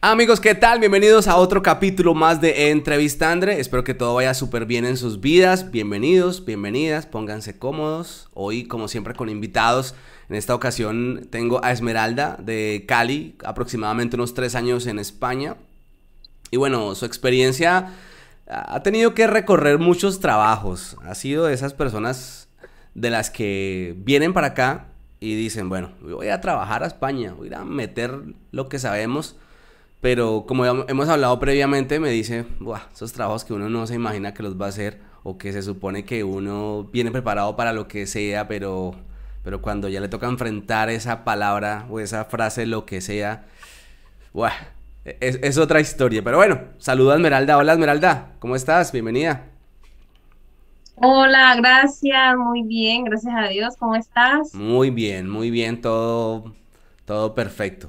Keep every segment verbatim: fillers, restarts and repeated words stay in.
Amigos, ¿qué tal? Bienvenidos a otro capítulo más de Entrevistandre. Espero que todo vaya súper bien en sus vidas. Bienvenidos, bienvenidas, pónganse cómodos. Hoy, como siempre, con invitados. En esta ocasión tengo a Esmeralda de Cali, aproximadamente unos tres años en España. Y bueno, su experiencia ha tenido que recorrer muchos trabajos. Ha sido de esas personas de las que vienen para acá y dicen, bueno, voy a trabajar a España, voy a ir a meter lo que sabemos. Pero como hemos hablado previamente, me dice, buah, esos trabajos que uno no se imagina que los va a hacer, o que se supone que uno viene preparado para lo que sea, pero, pero cuando ya le toca enfrentar esa palabra o esa frase, lo que sea, buah, es, es otra historia. Pero bueno, saludo a Esmeralda. Hola Esmeralda, ¿cómo estás? Bienvenida. Hola, gracias, muy bien, gracias a Dios, ¿cómo estás? Muy bien, muy bien, todo, todo perfecto.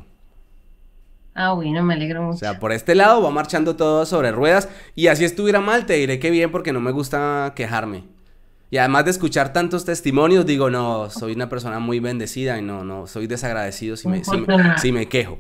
Ah, bueno, me alegro O mucho. sea, por este lado va marchando todo sobre ruedas. Y así estuviera mal, te diré que bien, porque no me gusta quejarme. Y además de escuchar tantos testimonios, digo, no, soy una persona muy bendecida y no, no, soy desagradecido si No me, si me, importa nada. si me quejo.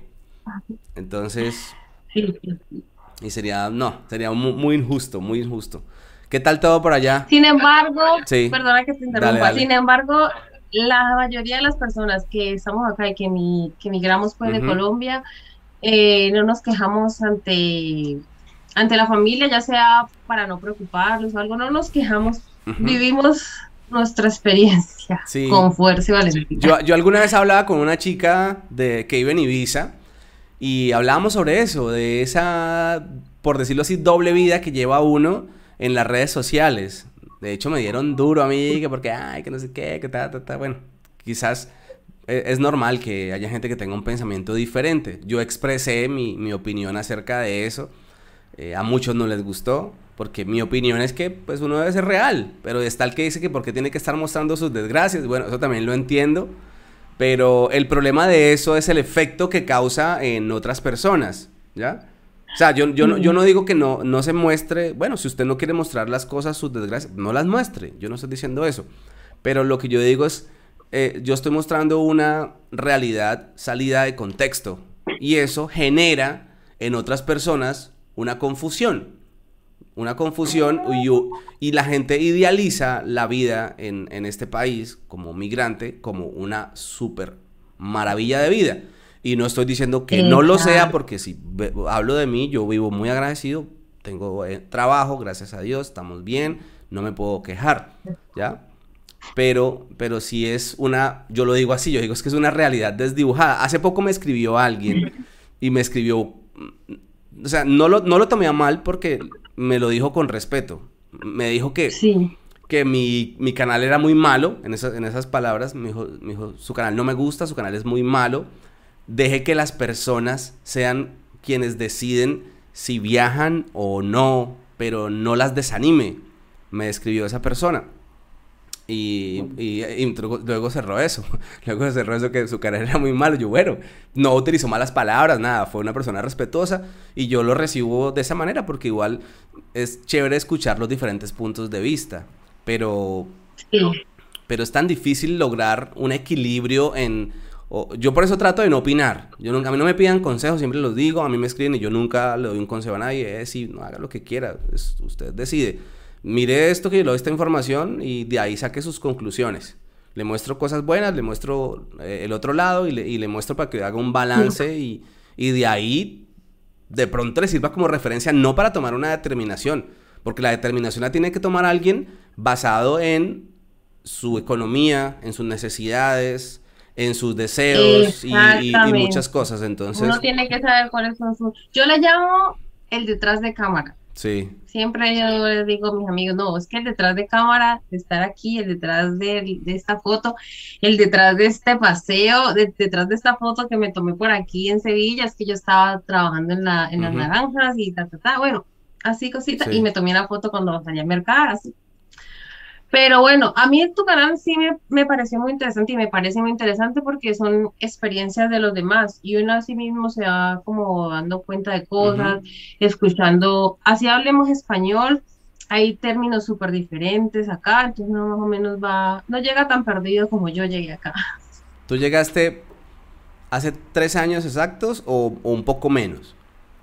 Entonces, Sí, sí, sí. y sería, no, sería muy, muy injusto, muy injusto. ¿Qué tal todo por allá? Sin embargo, Sí, perdona que te dale, interrumpa, dale. sin embargo, la mayoría de las personas que estamos acá y que, mi, que migramos pues de Ujú, Colombia, eh, no nos quejamos ante, ante la familia, ya sea para no preocuparlos o algo, no nos quejamos, ujú. vivimos nuestra experiencia Sí, con fuerza y yo, valentía. yo alguna vez hablaba con una chica de, que vive en Ibiza. Y hablábamos sobre eso, de esa, por decirlo así, doble vida que lleva uno en las redes sociales. De hecho, me dieron duro a mí, que porque, ay, que no sé qué, que ta, ta, ta. Bueno, quizás e- es normal que haya gente que tenga un pensamiento diferente. Yo expresé mi, mi opinión acerca de eso. Eh, a muchos no les gustó, porque mi opinión es que pues uno debe ser real. Pero está el que dice que porque tiene que estar mostrando sus desgracias. Bueno, eso también lo entiendo. Pero el problema de eso es el efecto que causa en otras personas, ¿ya? O sea, yo, yo, no, yo Sí. no digo que no, no se muestre, bueno, si usted no quiere mostrar las cosas, sus desgracias, no las muestre, yo no estoy diciendo eso. Pero lo que yo digo es, eh, yo estoy mostrando una realidad salida de contexto y eso genera en otras personas una confusión una confusión y, y la gente idealiza la vida en, en este país como migrante como una súper maravilla de vida. Y no estoy diciendo que no lo sea, Exacto. porque si ve- hablo de mí, yo vivo muy agradecido, tengo eh, trabajo, gracias a Dios, estamos bien, no me puedo quejar, ¿ya? Pero, pero si es una, yo lo digo así, yo digo es que es una realidad desdibujada. Hace poco me escribió alguien y me escribió, o sea, no lo, no lo tomé a mal porque me lo dijo con respeto. Me dijo que, Sí. que mi, mi canal era muy malo, en, esa, en esas palabras, me dijo, me dijo, su canal no me gusta, su canal es muy malo, deje que las personas sean quienes deciden si viajan o no, pero no las desanime, me escribió esa persona. Y, y, y luego, luego cerró eso. Luego cerró eso que su carrera era muy malo. Yo, bueno, no utilizó malas palabras, nada. Fue una persona respetuosa. Y yo lo recibo de esa manera porque igual es chévere escuchar los diferentes puntos de vista. Pero, Sí. pero es tan difícil lograr un equilibrio en... o- yo por eso trato de no opinar. Yo nunca, a mí no me pidan consejos, siempre los digo. A mí me escriben y yo nunca le doy un consejo a nadie. Es decir, no haga lo que quiera. Es- usted decide. Mire esto que yo le doy esta información y de ahí saque sus conclusiones. Le muestro cosas buenas, le muestro eh, el otro lado y le, y le muestro para que haga un balance y, y de ahí de pronto le sirva como referencia no para tomar una determinación, porque la determinación la tiene que tomar alguien basado en su economía, en sus necesidades, en sus deseos y, y, y muchas Exactamente. cosas. Uno Entonces, tiene que saber cuáles son sus... Yo le llamo el detrás de cámara. sí. Siempre yo les digo a mis amigos, no, es que el detrás de cámara, de estar aquí, el detrás de, de esta foto, el detrás de este paseo, de- detrás de esta foto que me tomé por aquí en Sevilla, es que yo estaba trabajando en la, en las Ujú, naranjas y ta, ta, ta, bueno, así cositas, y sí. me tomé una foto cuando salí a mercar, así. Pero bueno, a mí tu canal sí me, me pareció muy interesante y me parece muy interesante porque son experiencias de los demás y uno así mismo se va como dando cuenta de Ujú. cosas, escuchando, así hablemos español, hay términos súper diferentes acá, entonces uno más o menos va, no llega tan perdido como yo llegué acá. ¿Tú llegaste hace tres años exactos o, o un poco menos?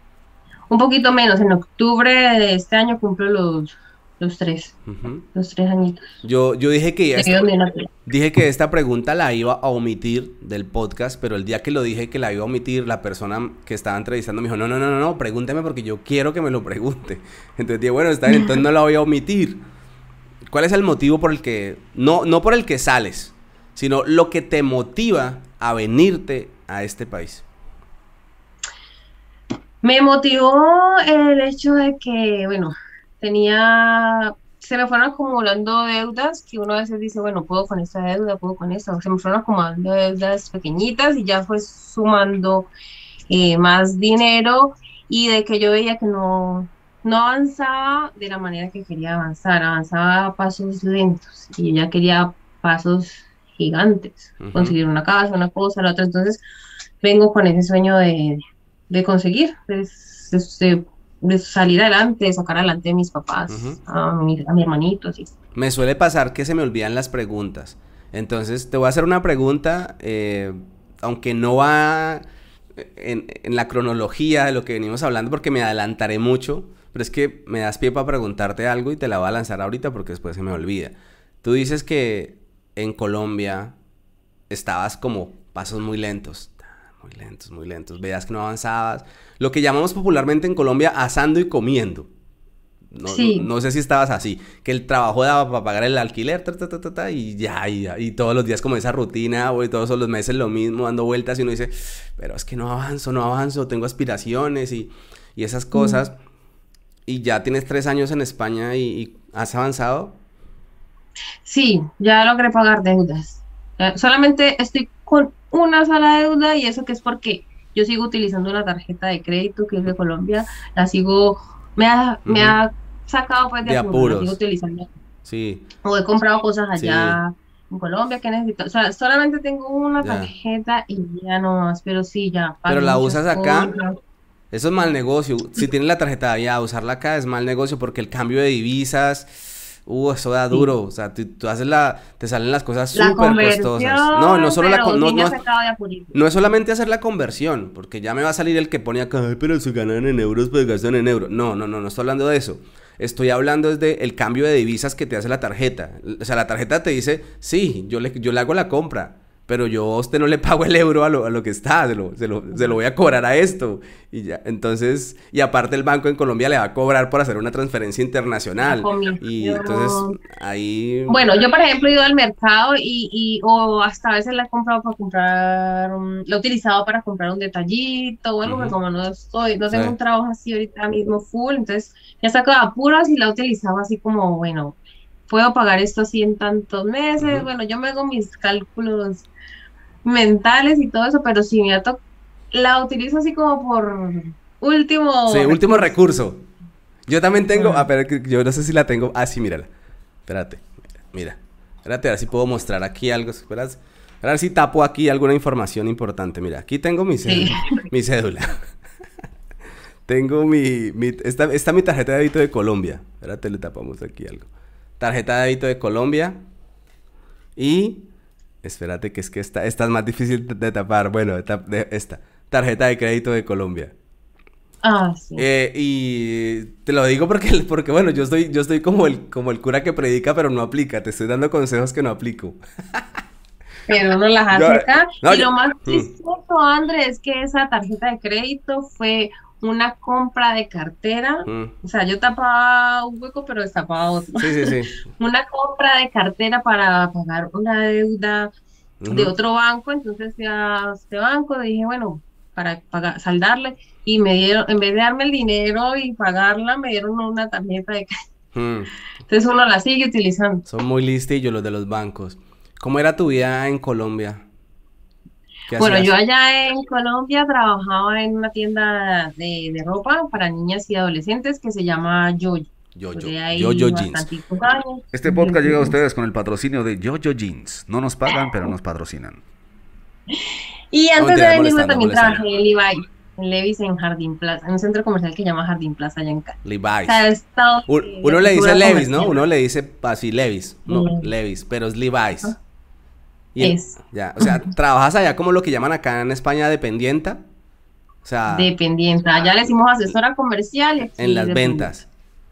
un poquito menos, en octubre de este año cumplo los, los tres, Ujú. los tres añitos. Yo, yo dije que De esta, donde nací. dije que esta pregunta la iba a omitir del podcast, pero el día que lo dije que la iba a omitir, la persona que estaba entrevistando me dijo, no, no, no, no, no, pregúnteme porque yo quiero que me lo pregunte. Entonces dije, bueno, está bien, entonces no la voy a omitir. ¿Cuál es el motivo por el que, no, no por el que sales, sino lo que te motiva a venirte a este país? Me motivó el hecho de que, bueno, tenía, se me fueron acumulando deudas que uno a veces dice, bueno, puedo con esta deuda, puedo con esta, se me fueron acumulando deudas pequeñitas y ya fue sumando eh, más dinero y de que yo veía que no, no avanzaba de la manera que quería avanzar, avanzaba a pasos lentos y yo ya quería pasos gigantes, Ujú. conseguir una casa, una cosa, la otra, entonces vengo con ese sueño de, de conseguir, de, de- de salir adelante, de sacar adelante a mis Ujú. papás, a mi, a mi hermanito, así. Me suele pasar que se me olvidan las preguntas. Entonces, te voy a hacer una pregunta, eh, aunque no va en, en la cronología de lo que venimos hablando, porque me adelantaré mucho, pero es que me das pie para preguntarte algo y te la voy a lanzar ahorita porque después se me olvida. Tú dices que en Colombia estabas como pasos muy lentos, muy lentos, muy lentos, veías que no avanzabas, lo que llamamos popularmente en Colombia asando y comiendo. No, no, Sí, no sé si estabas así, que el trabajo daba para pagar el alquiler, ta, ta, ta, ta, ta, y ya, y ya, y todos los días como esa rutina, o todos los meses lo mismo, dando vueltas, y uno dice, pero es que no avanzo, no avanzo, tengo aspiraciones y, y esas mm, cosas, y ya tienes tres años en España y, y has avanzado. sí, ya logré pagar deudas. Eh, solamente estoy con una sola deuda y eso que es porque yo sigo utilizando una tarjeta de crédito que es de Colombia, la sigo, me ha, me Ujú. ha sacado pues de De apuros, la sigo apuros, utilizando. sí, O he comprado cosas sí, allá en Colombia que necesito. O sea, solamente tengo una ya. tarjeta y ya no más, pero sí, ya Pero pagué la muchas usas acá. cosas. Eso es mal negocio. Si tienes la tarjeta ya, usarla acá es mal negocio porque el cambio de divisas, uh, eso da Sí. duro. O sea, tú, tú haces la, te salen las cosas La súper costosas. No, no conversión, solo la, pero con- no, sí me no, ha es- sacado de apuritos. no es solamente hacer la conversión, porque ya me va a salir el que pone acá, "Ay, pero si ganan en euros, pues gastan en euros. No, no, no, no estoy hablando de eso. Estoy hablando desde el cambio de divisas que te hace la tarjeta. O sea, la tarjeta te dice, sí, yo le, yo le hago la compra, pero yo a usted no le pago el euro a lo, a lo que está, se lo, se lo, se lo voy a cobrar a esto. Y ya, entonces, y aparte el banco en Colombia le va a cobrar por hacer una transferencia La internacional. Y entonces comisión. ahí... Bueno, yo por ejemplo he ido al mercado y, y o hasta a veces la he comprado para comprar, un- la he utilizado para comprar un detallito o algo, porque Ujú, como no estoy, no sí, tengo un trabajo así ahorita mismo full, entonces ya saco de apuros y la he utilizado así como, bueno, puedo pagar esto así en tantos meses, ujú. bueno, yo me hago mis cálculos mentales y todo eso, pero si me ha to- la utilizo así como por Sí, último último recurso. recurso. Yo también tengo, ah, Mm, pero que yo no sé si la tengo. Ah, sí, mírala. Espérate, mira, mira. Espérate, a ver si puedo mostrar aquí algo. Espera, a ver si tapo aquí alguna información importante. Mira, aquí tengo mi sí. cédula. Mi cédula. Tengo mi, mi esta, esta mi tarjeta de débito de Colombia. Espérate, le tapamos aquí algo. Tarjeta de débito de Colombia. Y espérate que es que esta, esta es más difícil de, de tapar. Bueno, de tap- de- esta. Tarjeta de crédito de Colombia. Ah, sí. Eh, y te lo digo porque, porque bueno, yo estoy, yo estoy como el, como el cura que predica pero no aplica. Te estoy dando consejos que no aplico. Pero uno las Yo, hace acá. no, Y yo, lo más mm, chistoso, André, es que esa tarjeta de crédito fue una compra de cartera. mm, O sea, yo tapaba un hueco, pero destapaba otro. sí, sí, sí. Una compra de cartera para pagar una deuda de Ujú, otro banco. Entonces fui a este banco, dije, bueno, para pagar, saldarle. Y me dieron, en vez de darme el dinero y pagarla, me dieron una tarjeta de crédito. mm. Entonces uno la sigue utilizando. Son muy listillos los de los bancos. ¿Cómo era tu vida en Colombia? ¿Qué Bueno, yo hacías? allá en Colombia trabajaba en una tienda de, de ropa para niñas y adolescentes que se llama Yoyo. Yo, yo, Duré yo, ahí yo jeans. bastanticos años. Este Yo, podcast llega a yo. ustedes con el patrocinio de JoJo Jeans. No nos pagan, pero nos patrocinan. Y No, antes de mentira, venirme molestando, también molestando. trabajé en Levi's, en Levi's en Jardín Plaza, en un centro comercial que se llama Jardín Plaza allá en Cali. O sea, Levi's. he estado Un- de, de uno le dice apertura Levis, ¿no? comercial. Uno le dice así Levis. No, Eh, Levis, pero es Levi's. Y en- es. ya, o sea, trabajas allá como lo que llaman acá en España dependienta. O sea, dependiente. Allá le decimos asesora comercial y aquí en las dependiente. ventas.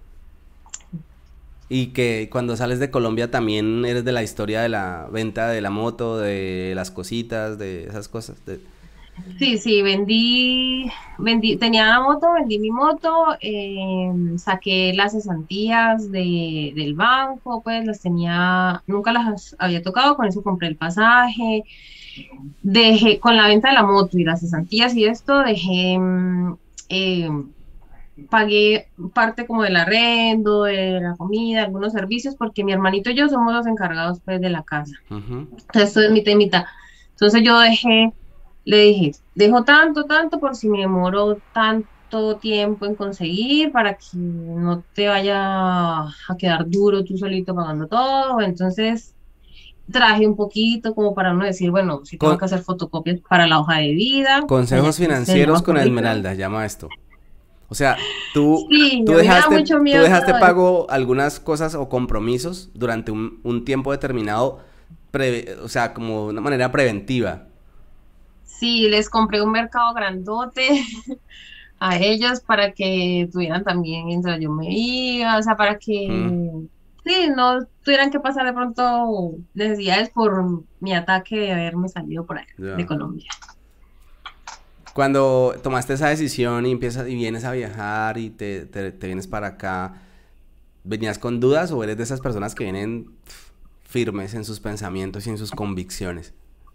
Y que cuando sales de Colombia también eres de la historia de la venta de la moto, de las cositas, de esas cosas. de- Sí, sí, vendí, vendí, tenía la moto, vendí mi moto, eh, saqué las cesantías de, del banco, pues las tenía, nunca las había tocado, con eso compré el pasaje, dejé, con la venta de la moto y las cesantías y esto, dejé, mm, eh, pagué parte como del arrendo, de la comida, algunos servicios, porque mi hermanito y yo somos los encargados pues de la casa. Ujú. Entonces, esto es mitad y mitad. Entonces yo dejé, le dije, dejo tanto, tanto por si me demoro tanto tiempo en conseguir para que no te vaya a quedar duro tú solito pagando todo. Entonces traje un poquito como para no decir, bueno, si tengo Con- que hacer fotocopias para la hoja de vida, allá consejos que se le financieros llama con currículum. Esmeralda, llama esto. O sea, tú, Sí, tú a mí me da dejaste, mucho tú miedo dejaste todo eso. pago algunas cosas o compromisos durante un, un tiempo determinado, pre- o sea, como una manera preventiva. Sí, les compré un mercado grandote a ellos para que tuvieran también mientras yo me iba, o sea, para Mm, que sí, no tuvieran que pasar de pronto necesidades por mi ataque de haberme salido por allá de ya. Colombia. Cuando tomaste esa decisión y empiezas y vienes a viajar y te, te, te vienes para acá, ¿venías con dudas o eres de esas personas que vienen pf, firmes en sus pensamientos y en sus convicciones?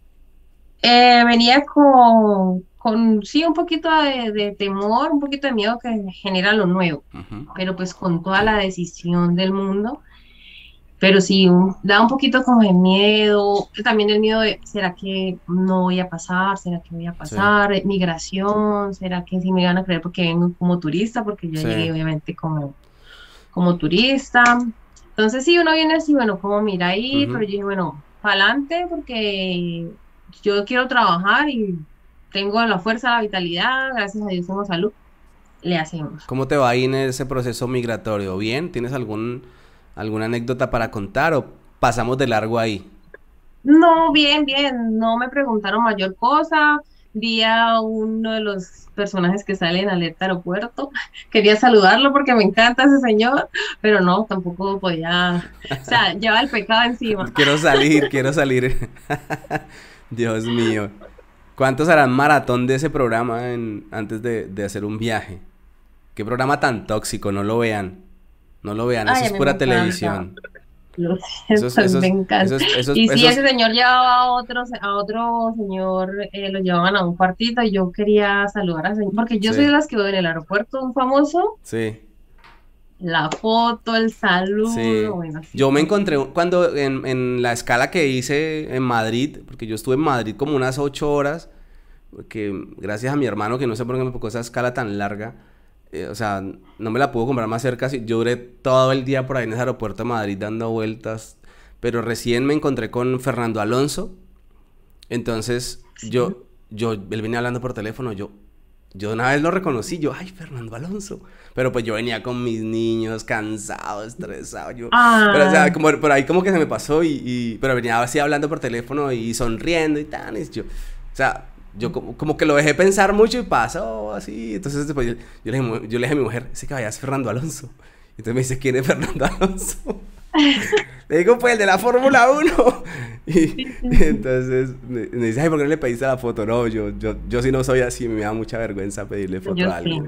Eh, venía con, con, sí, un poquito de, de temor, un poquito de miedo que genera lo nuevo, Ujú. pero pues con toda la decisión del mundo. Pero sí, un- da un poquito como de miedo, también el miedo de, ¿será que no voy a pasar? ¿Será que voy a Sí, pasar? Eh, Migración, ¿será que sí me van a creer porque vengo como turista? Porque yo sí. llegué obviamente como, como turista. Entonces sí, uno viene así, bueno, como mira ahí, pero Ujú. yo dije, bueno, para adelante porque yo quiero trabajar y tengo la fuerza, la vitalidad, gracias a Dios tengo salud, le hacemos. ¿Cómo te va ahí en ese proceso migratorio? ¿Bien? ¿Tienes algún, alguna anécdota para contar o pasamos de largo ahí? No, bien, bien, no me preguntaron mayor cosa. Vi a uno de los personajes que sale en Alerta Aeropuerto. Quería saludarlo porque me encanta ese señor, pero no, tampoco podía, o sea, lleva el pecado encima. Quiero salir, quiero salir. Dios mío. ¿Cuántos harán maratón de ese programa en- antes de, de hacer un viaje? Qué programa tan tóxico, no lo vean. No lo vean, eso Ay, a es mí me pura encanta. televisión. Lo Esos, siento, me esos, encanta. esos, esos, Y sí, esos, ese señor llevaba a otro, a otro señor, eh, lo llevaban a un cuartito y yo quería saludar al señor, porque yo soy de sí, las que veo en el aeropuerto un famoso, sí, la foto, el saludo, sí. bueno, sí, Yo me como encontré un- cuando en, en la escala que hice en Madrid, porque yo estuve en Madrid como unas ocho horas, porque gracias a mi hermano, que no sé por qué me tocó esa escala tan larga, eh, o sea, no me la pudo comprar más cerca, si- yo duré todo el día por ahí en ese aeropuerto de Madrid dando vueltas, pero recién me encontré con Fernando Alonso, entonces sí. yo, yo, él venía hablando por teléfono, yo, yo una vez lo reconocí, yo, ay, Fernando Alonso, pero pues yo venía con mis niños, cansado, estresado, yo, pero o sea, Ah, como por ahí como que se me pasó y, y pero venía así hablando por teléfono y sonriendo y tal, y yo, o sea, yo como, como que lo dejé pensar mucho y pasó así, entonces después yo, yo le, dije, yo le dije a mi mujer, ese caballo es Fernando Alonso, y entonces me dice, ¿quién es Fernando Alonso? Le digo, pues, el de la Fórmula uno. Y, y sí, sí, sí. entonces me, me dice, ay, ¿por qué no le pediste la foto? No, yo, yo, yo sí no soy así, me da mucha vergüenza pedirle foto Yo a sí. alguien.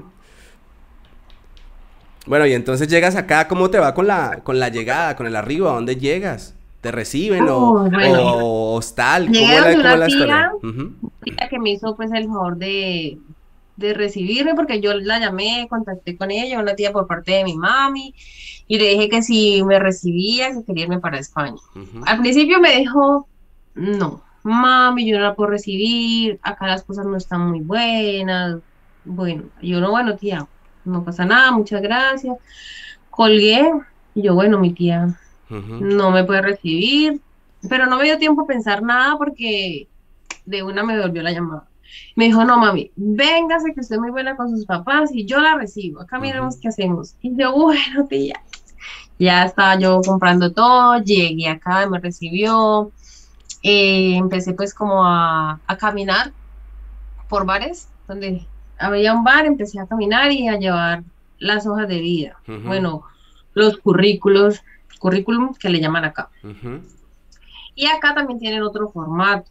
Bueno, y entonces llegas acá, ¿cómo te va con la, con la llegada, con el arribo? ¿A dónde llegas? ¿Te reciben o, Uy, bueno, o hostal? ¿Cómo llegué es donde la, cómo es una la historia? tía, Ujú, tía que me hizo pues el favor de, de recibirme porque yo la llamé, contacté con ella, una tía por parte de mi mami, y le dije que si me recibía, que quería irme para España. ujú, Al principio me dijo, no, mami, yo no la puedo recibir, acá las cosas no están muy buenas. Bueno, yo no, bueno, tía, no pasa nada, muchas gracias. Colgué, y yo, bueno, mi tía ujú, no me puede recibir, pero no me dio tiempo a pensar nada porque de una me devolvió la llamada. Me dijo, no, mami, véngase que usted es muy buena con sus papás y yo la recibo. Acá ujú, miremos qué hacemos. Y yo, bueno, tía. Ya estaba yo comprando todo, llegué acá, me recibió. Eh, empecé pues como a, a caminar por bares donde había un bar, empecé a caminar y a llevar las hojas de vida. Ujú. Bueno, los currículos, currículum que le llaman acá. Ujú. Y acá también tienen otro formato.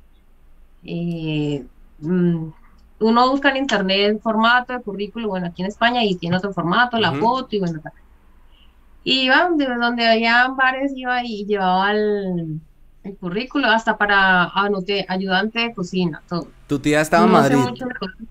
Eh, mm, Uno busca en internet el formato de currículum, bueno, aquí en España, y tiene otro formato, la Ujú. foto, y bueno, tal. Y iba donde, donde había bares, iba y llevaba el, el currículo, hasta para anoté, ayudante de cocina, todo. Tu tía estaba en No sé Madrid. mucho de cocina.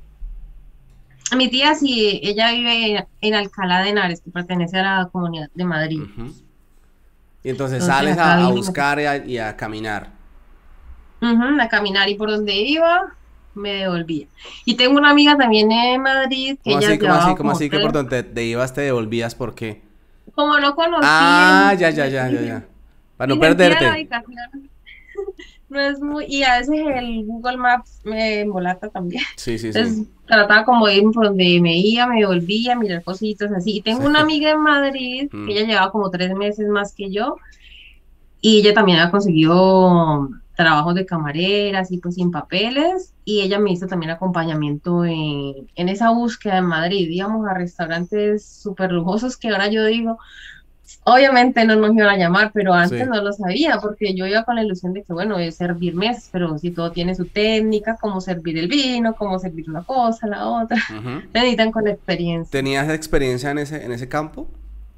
Mi tía sí, ella vive en Alcalá de Henares, que pertenece a la Comunidad de Madrid. Ujú. Y entonces Entonces sales acá a, a vine buscar y a, y a caminar. ujú, a caminar, y por donde iba me devolvía. Y tengo una amiga también en Madrid que ¿Cómo ella así, cómo así, llevaba cómo como así que por tres, donde te, te ibas te devolvías? ¿Por qué? como no conocía Ah, y, ya, ya, y- ya, ya, y- ya. Para no y sentía la perderte. dedicación, no es muy, y a veces el Google Maps me embolata también. Sí, sí, sí. Entonces trataba como de ir por donde me iba, me volvía a mirar cositas así. Y tengo una amiga en Madrid que Mm. ella llevaba como tres meses más que yo, y ella también ha conseguido trabajos de camarera, así pues sin papeles, y ella me hizo también acompañamiento en, en esa búsqueda en Madrid. Íbamos a restaurantes súper lujosos que ahora yo digo, obviamente no nos iban a llamar, pero antes Sí. no lo sabía, porque yo iba con la ilusión de que, bueno, es servir mesas, pero si todo tiene su técnica, cómo servir el vino, cómo servir una cosa, la otra, Ujú. necesitan con experiencia. ¿Tenías experiencia en ese, en ese campo?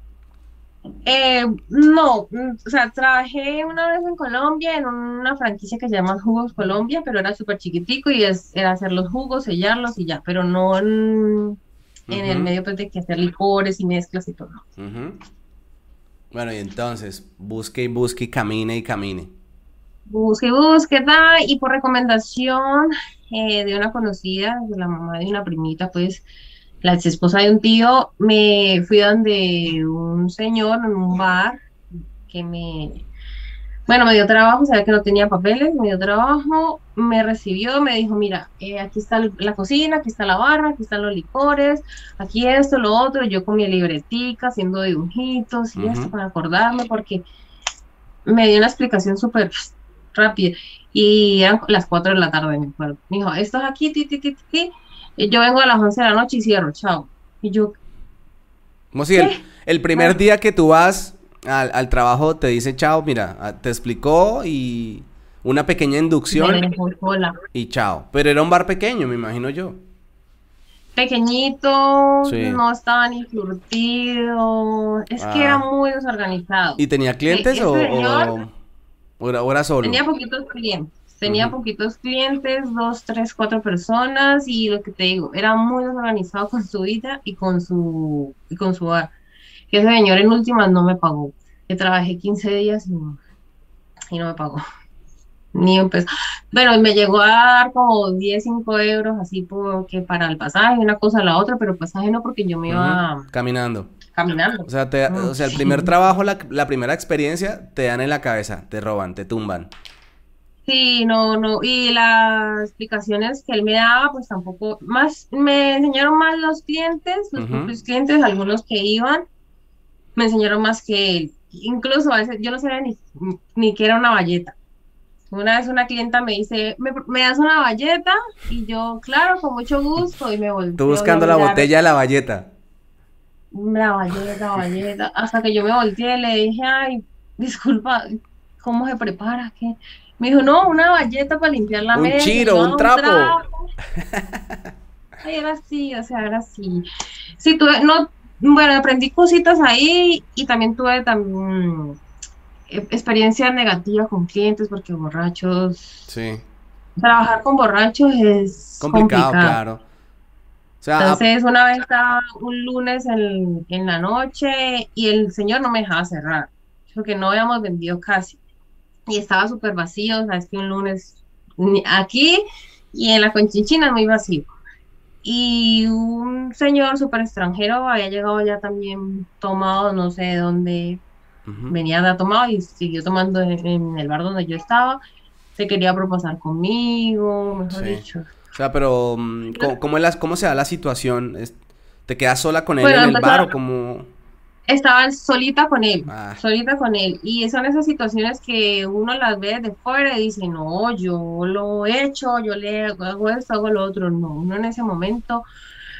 Eh, no, mm, o sea, trabajé una vez en Colombia en una franquicia que se llama Jugos Colombia, pero era súper chiquitico y es, era hacer los jugos, sellarlos y ya, pero no en, en el Ujú. medio pues de que hacer licores y mezclas y todo. Ujú. Bueno, y entonces, busque y busque y camine y camine. Busqué, búsqueda y por recomendación eh, de una conocida, de la mamá de una primita, pues la ex esposa de un tío, me fui donde un señor en un bar que me, bueno, me dio trabajo, sabía que no tenía papeles, me dio trabajo, me recibió, me dijo, mira, eh, aquí está el- la cocina, aquí está la barra, aquí están los licores, aquí esto, lo otro, yo con mi libretica haciendo dibujitos y esto Ujú. para acordarme, porque me dio una explicación súper rápida y eran las cuatro de la tarde, me acuerdo. Me dijo, esto es aquí, ti, ti, ti, ti, ti, y yo vengo a las once de la noche y cierro, chao. Y yo, Como si el, ¿qué? el primer Ah, día que tú vas al, al trabajo te dice chao, mira, ah, te explicó y una pequeña me inducción dejó sola. y chao. Pero era un bar pequeño, me imagino yo. Pequeñito, Sí. no estaba ni surtido, es que era Ah. muy desorganizado. ¿Y tenía E- clientes o, Ese señor o, o era, o era solo? tenía poquitos clientes, tenía Ujú. poquitos clientes, dos, tres, cuatro personas, y lo que te digo, era muy desorganizado con su vida y con su, y con su bar. Que ese señor en últimas no me pagó. Que trabajé quince días y no, y no me pagó. Ni un peso. Bueno, me llegó a dar como diez cinco euros así porque para el pasaje, una cosa a la otra, pero el pasaje no porque yo me Ujú. iba Caminando. caminando. O sea, te- Mm, o sea, el primer sí. trabajo, la, la primera experiencia, te dan en la cabeza, te roban, te tumban. Sí, no, no. Y las explicaciones que él me daba, pues tampoco, más, me enseñaron más los clientes, los Ujú. propios clientes, algunos que iban, me enseñaron más que él. Incluso a veces yo no sabía ni, ni qué era una bayeta. Una vez una clienta me dice, ¿me, me das una bayeta? Y yo, claro, con mucho gusto, y me Tú volteo yo a buscando la mirar botella de la bayeta. la bayeta, bayeta, hasta que yo me volteé y le dije, ay, disculpa, ¿cómo se prepara? ¿Qué? Me dijo, no, una bayeta para limpiar la Un mesa. Y chiro, yo, un ah, un trapo. trapo. Ay, era así, o sea, era así. Sí, tuve, no, bueno, aprendí cositas ahí y también tuve también eh, experiencias negativas con clientes porque borrachos, Sí. trabajar con borrachos es Complicado, complicado. claro. O sea, ah, Entonces, una vez estaba un lunes en, en la noche y el señor no me dejaba cerrar, porque no habíamos vendido casi. Y estaba súper vacío, sabes que un lunes ni- aquí y en la Conchinchina muy vacío. Y un señor súper extranjero había llegado ya también tomado, no sé de dónde ujú. venía de tomado y siguió tomando en, en el bar donde yo estaba. Se quería proposar conmigo, mejor Sí. dicho. O sea, pero mm, ¿cómo, cómo es la- cómo se da la situación? Es- ¿Te quedas sola con él Bueno, en el empezó, bar o como... estaba solita con él, Ah, solita con él. Y son esas situaciones que uno las ve de fuera y dice, no, yo lo he hecho, yo le hago esto, hago lo otro. No, uno en ese momento,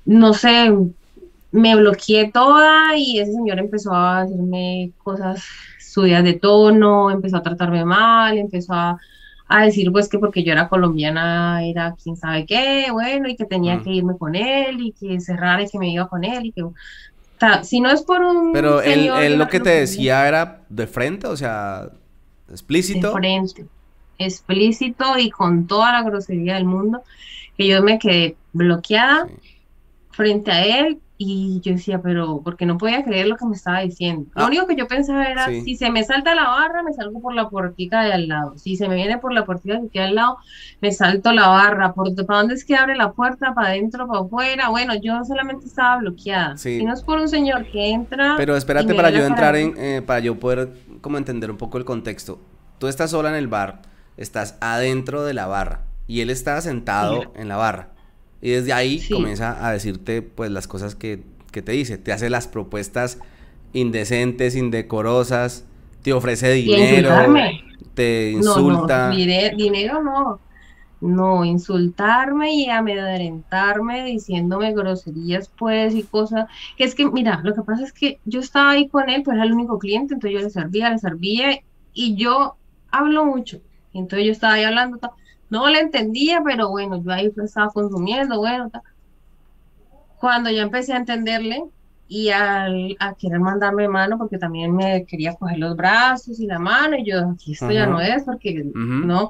no sé, me bloqueé toda y ese señor empezó a hacerme cosas subidas de tono, empezó a tratarme mal, empezó a, a decir pues que porque yo era colombiana era quién sabe qué, bueno, y que tenía Mm. que irme con él y que cerrar y que me iba con él y que, o sea, si no es por un Pero él, señor, él yo lo no que lo te quería decía era de frente, o sea, de explícito. frente, explícito y con toda la grosería del mundo, que yo me quedé bloqueada Sí. frente a él y yo decía, pero porque no podía creer lo que me estaba diciendo. Lo Ah, único que yo pensaba era, sí. si se me salta la barra, me salgo por la puertica de al lado. Si se me viene por la puertica que queda al lado, me salto la barra. ¿Por para dónde es que abre la puerta? ¿Para adentro? ¿Para afuera? Bueno, yo solamente estaba bloqueada. Si Sí. no es por un señor que entra Pero y espérate me para ve yo la cara entrar de... en, eh, para yo poder como entender un poco el contexto. Tú estás sola en el bar, estás adentro de la barra y él está Sí, sentado en la barra. Y desde ahí sí. comienza a decirte pues las cosas que, que te dice. Te hace las propuestas indecentes, indecorosas, te ofrece Y a dinero, insultarme. te No, no, insulta. dire- dinero no. No, insultarme y amedrentarme diciéndome groserías, pues, y cosas. Que es que, mira, lo que pasa es que yo estaba ahí con él, pues era el único cliente, entonces yo le servía, le servía, y yo hablo mucho. Y entonces yo estaba ahí hablando, ta- no le entendía, pero bueno, yo ahí pues, estaba consumiendo, bueno, ta. Cuando ya empecé a entenderle y al- a querer mandarme mano, porque también me quería coger los brazos y la mano, y yo, aquí esto ya no Ajá. es, porque Ujú. no.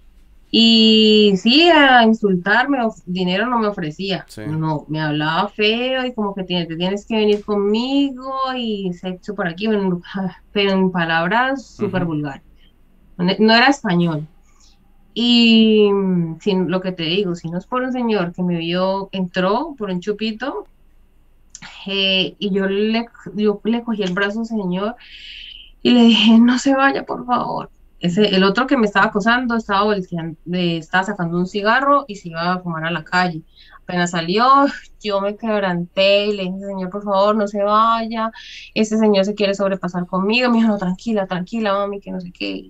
Y sí, a insultarme, of- dinero no me ofrecía, Sí. no, me hablaba feo y como que tienes, te tienes que venir conmigo y sexo por aquí, bueno, pero en palabras súper Ujú. vulgares. No no era español. Y mm, sin, lo que te digo, si no es por un señor que me vio, entró por un chupito eh, y yo le, yo le cogí el brazo al señor y le dije, no se vaya, por favor. Ese, el otro que me estaba acosando estaba volteando, eh, estaba sacando un cigarro y se iba a fumar a la calle. Apenas salió, yo me quebranté y le dije, señor, por favor, no se vaya. Ese señor se quiere sobrepasar conmigo. Me dijo, no, tranquila, tranquila, mami, que no sé qué.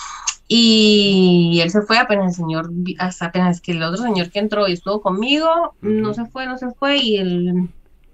Y él se fue apenas el señor, vi- hasta apenas que el otro señor que entró y estuvo conmigo, no Ujú. se fue, no se fue. Y él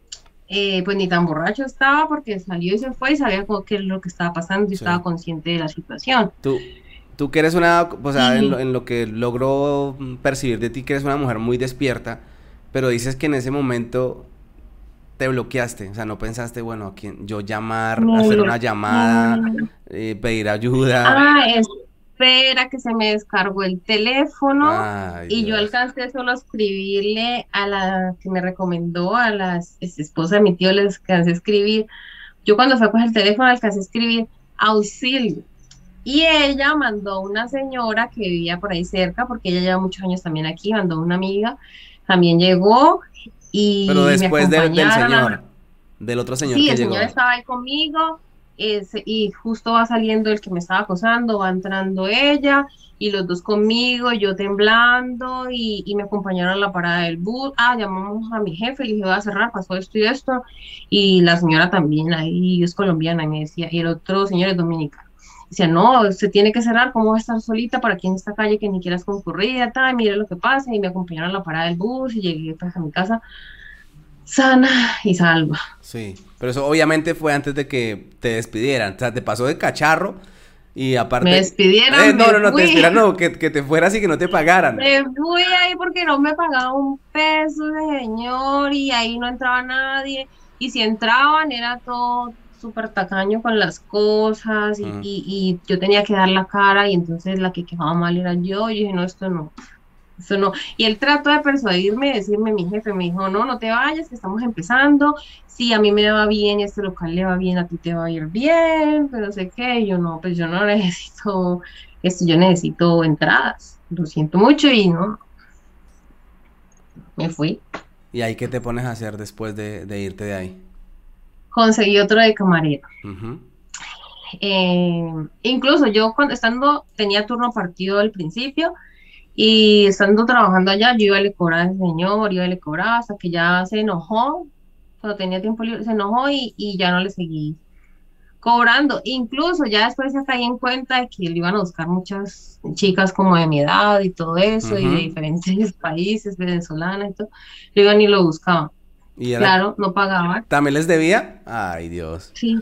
eh, pues ni tan borracho estaba porque salió y se fue y sabía como qué es lo que estaba pasando y Sí. estaba consciente de la situación. Tú, tú que eres una, o sea, en lo, Y en lo que logro mm, percibir de ti, que eres una mujer muy despierta, pero dices que en ese momento te bloqueaste, o sea, no pensaste, bueno, a quién, yo llamar, me hacer una llamada, bloqueé. eh, pedir ayuda. Ah, espera que se me descargó el teléfono Ay, y yo Dios. alcancé solo a escribirle a la que me recomendó, a la es- esposa de mi tío, le alcancé a escribir. Yo cuando fue a coger el teléfono alcancé a escribir auxilio. Y ella mandó una señora que vivía por ahí cerca, porque ella lleva muchos años también aquí, mandó una amiga, también llegó Pero y me después del, del acompañaron a... señor, del otro señor Sí, que el señor llegó. estaba ahí conmigo ese- y justo va saliendo el que me estaba acosando, va entrando ella y los dos conmigo, yo temblando y, y me acompañaron a la parada del bus. Ah, llamamos a mi jefe, le dije, voy a cerrar, pasó esto y esto. Y la señora también ahí es colombiana y me decía, y el otro señor es dominicano. Decía, no, se tiene que cerrar, ¿cómo va a estar solita por aquí en esta calle que ni siquiera es concurrida? Tal, mire lo que pasa. Y me acompañaron a la parada del bus y llegué pues, a mi casa sana y salva. Sí, pero eso obviamente fue antes de que te despidieran, o sea, te pasó de cacharro y Me aparte... Eh, despidieron, no, me no, no, te fui. despidieran, no, que, que te fueras y que no te pagaran. Me fui ahí porque no me pagaba un peso de señor y ahí no entraba nadie. Y si entraban era todo súper tacaño con las cosas y, Mm. y, y yo tenía que dar la cara y entonces la que quedaba mal era yo. Y dije, no, esto no, esto no. Y él trató de persuadirme, decirme, mi jefe me dijo, no, no te vayas, que estamos empezando. Si a mí me va bien y a este local le va bien, a ti te va a ir bien, pero sé que yo no, pues yo no necesito esto, yo necesito entradas. Lo siento mucho y no, me fui. ¿Y ahí qué te pones a hacer después de, de irte de ahí? Conseguí otro de camarero. Ujú. Eh, incluso yo cuando estando, tenía turno partido al principio y estando trabajando allá, yo iba a le cobrar al señor, iba a le cobrar hasta que ya se enojó, cuando tenía tiempo libre, se enojó y, y ya no le seguí cobrando. Incluso ya después se caí en cuenta de que le iban a buscar muchas chicas como de mi edad y todo eso, y de Ujú. diferentes países, venezolanas y todo, lo iban y lo buscaban. ¿Y era, Claro, no pagaba. también les debía? Ay, Dios. Sí.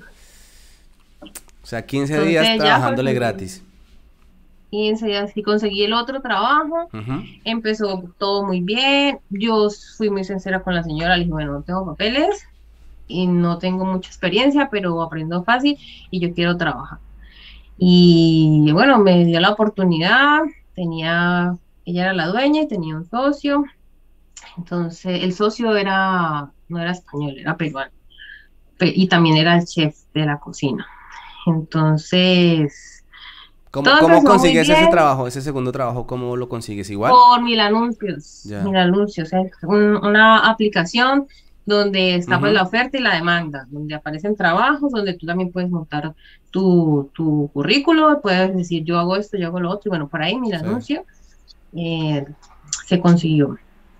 O sea, quince días Entonces ya pues trabajándole gratis. quince días y conseguí el otro trabajo. Ujú. Empezó todo muy bien. Yo fui muy sincera con la señora. Le dije, bueno, no tengo papeles y no tengo mucha experiencia, pero aprendo fácil y yo quiero trabajar. Y bueno, me dio la oportunidad. Tenía, ella era la dueña y tenía un socio. Entonces, el socio era, no era español, era peruano. Pe- y también era el chef de la cocina. Entonces, ¿Cómo, todo cómo empezó muy consigues ese bien trabajo, ese segundo trabajo? ¿Cómo lo consigues? ¿Igual? por Mil Anuncios. Ya. Mil Anuncios es un- una aplicación donde está pues Ujú. la oferta y la demanda, donde aparecen trabajos, donde tú también puedes montar tu, tu currículo, puedes decir yo hago esto, yo hago lo otro, y bueno, por ahí Mil Sí. Anuncios eh, se consiguió.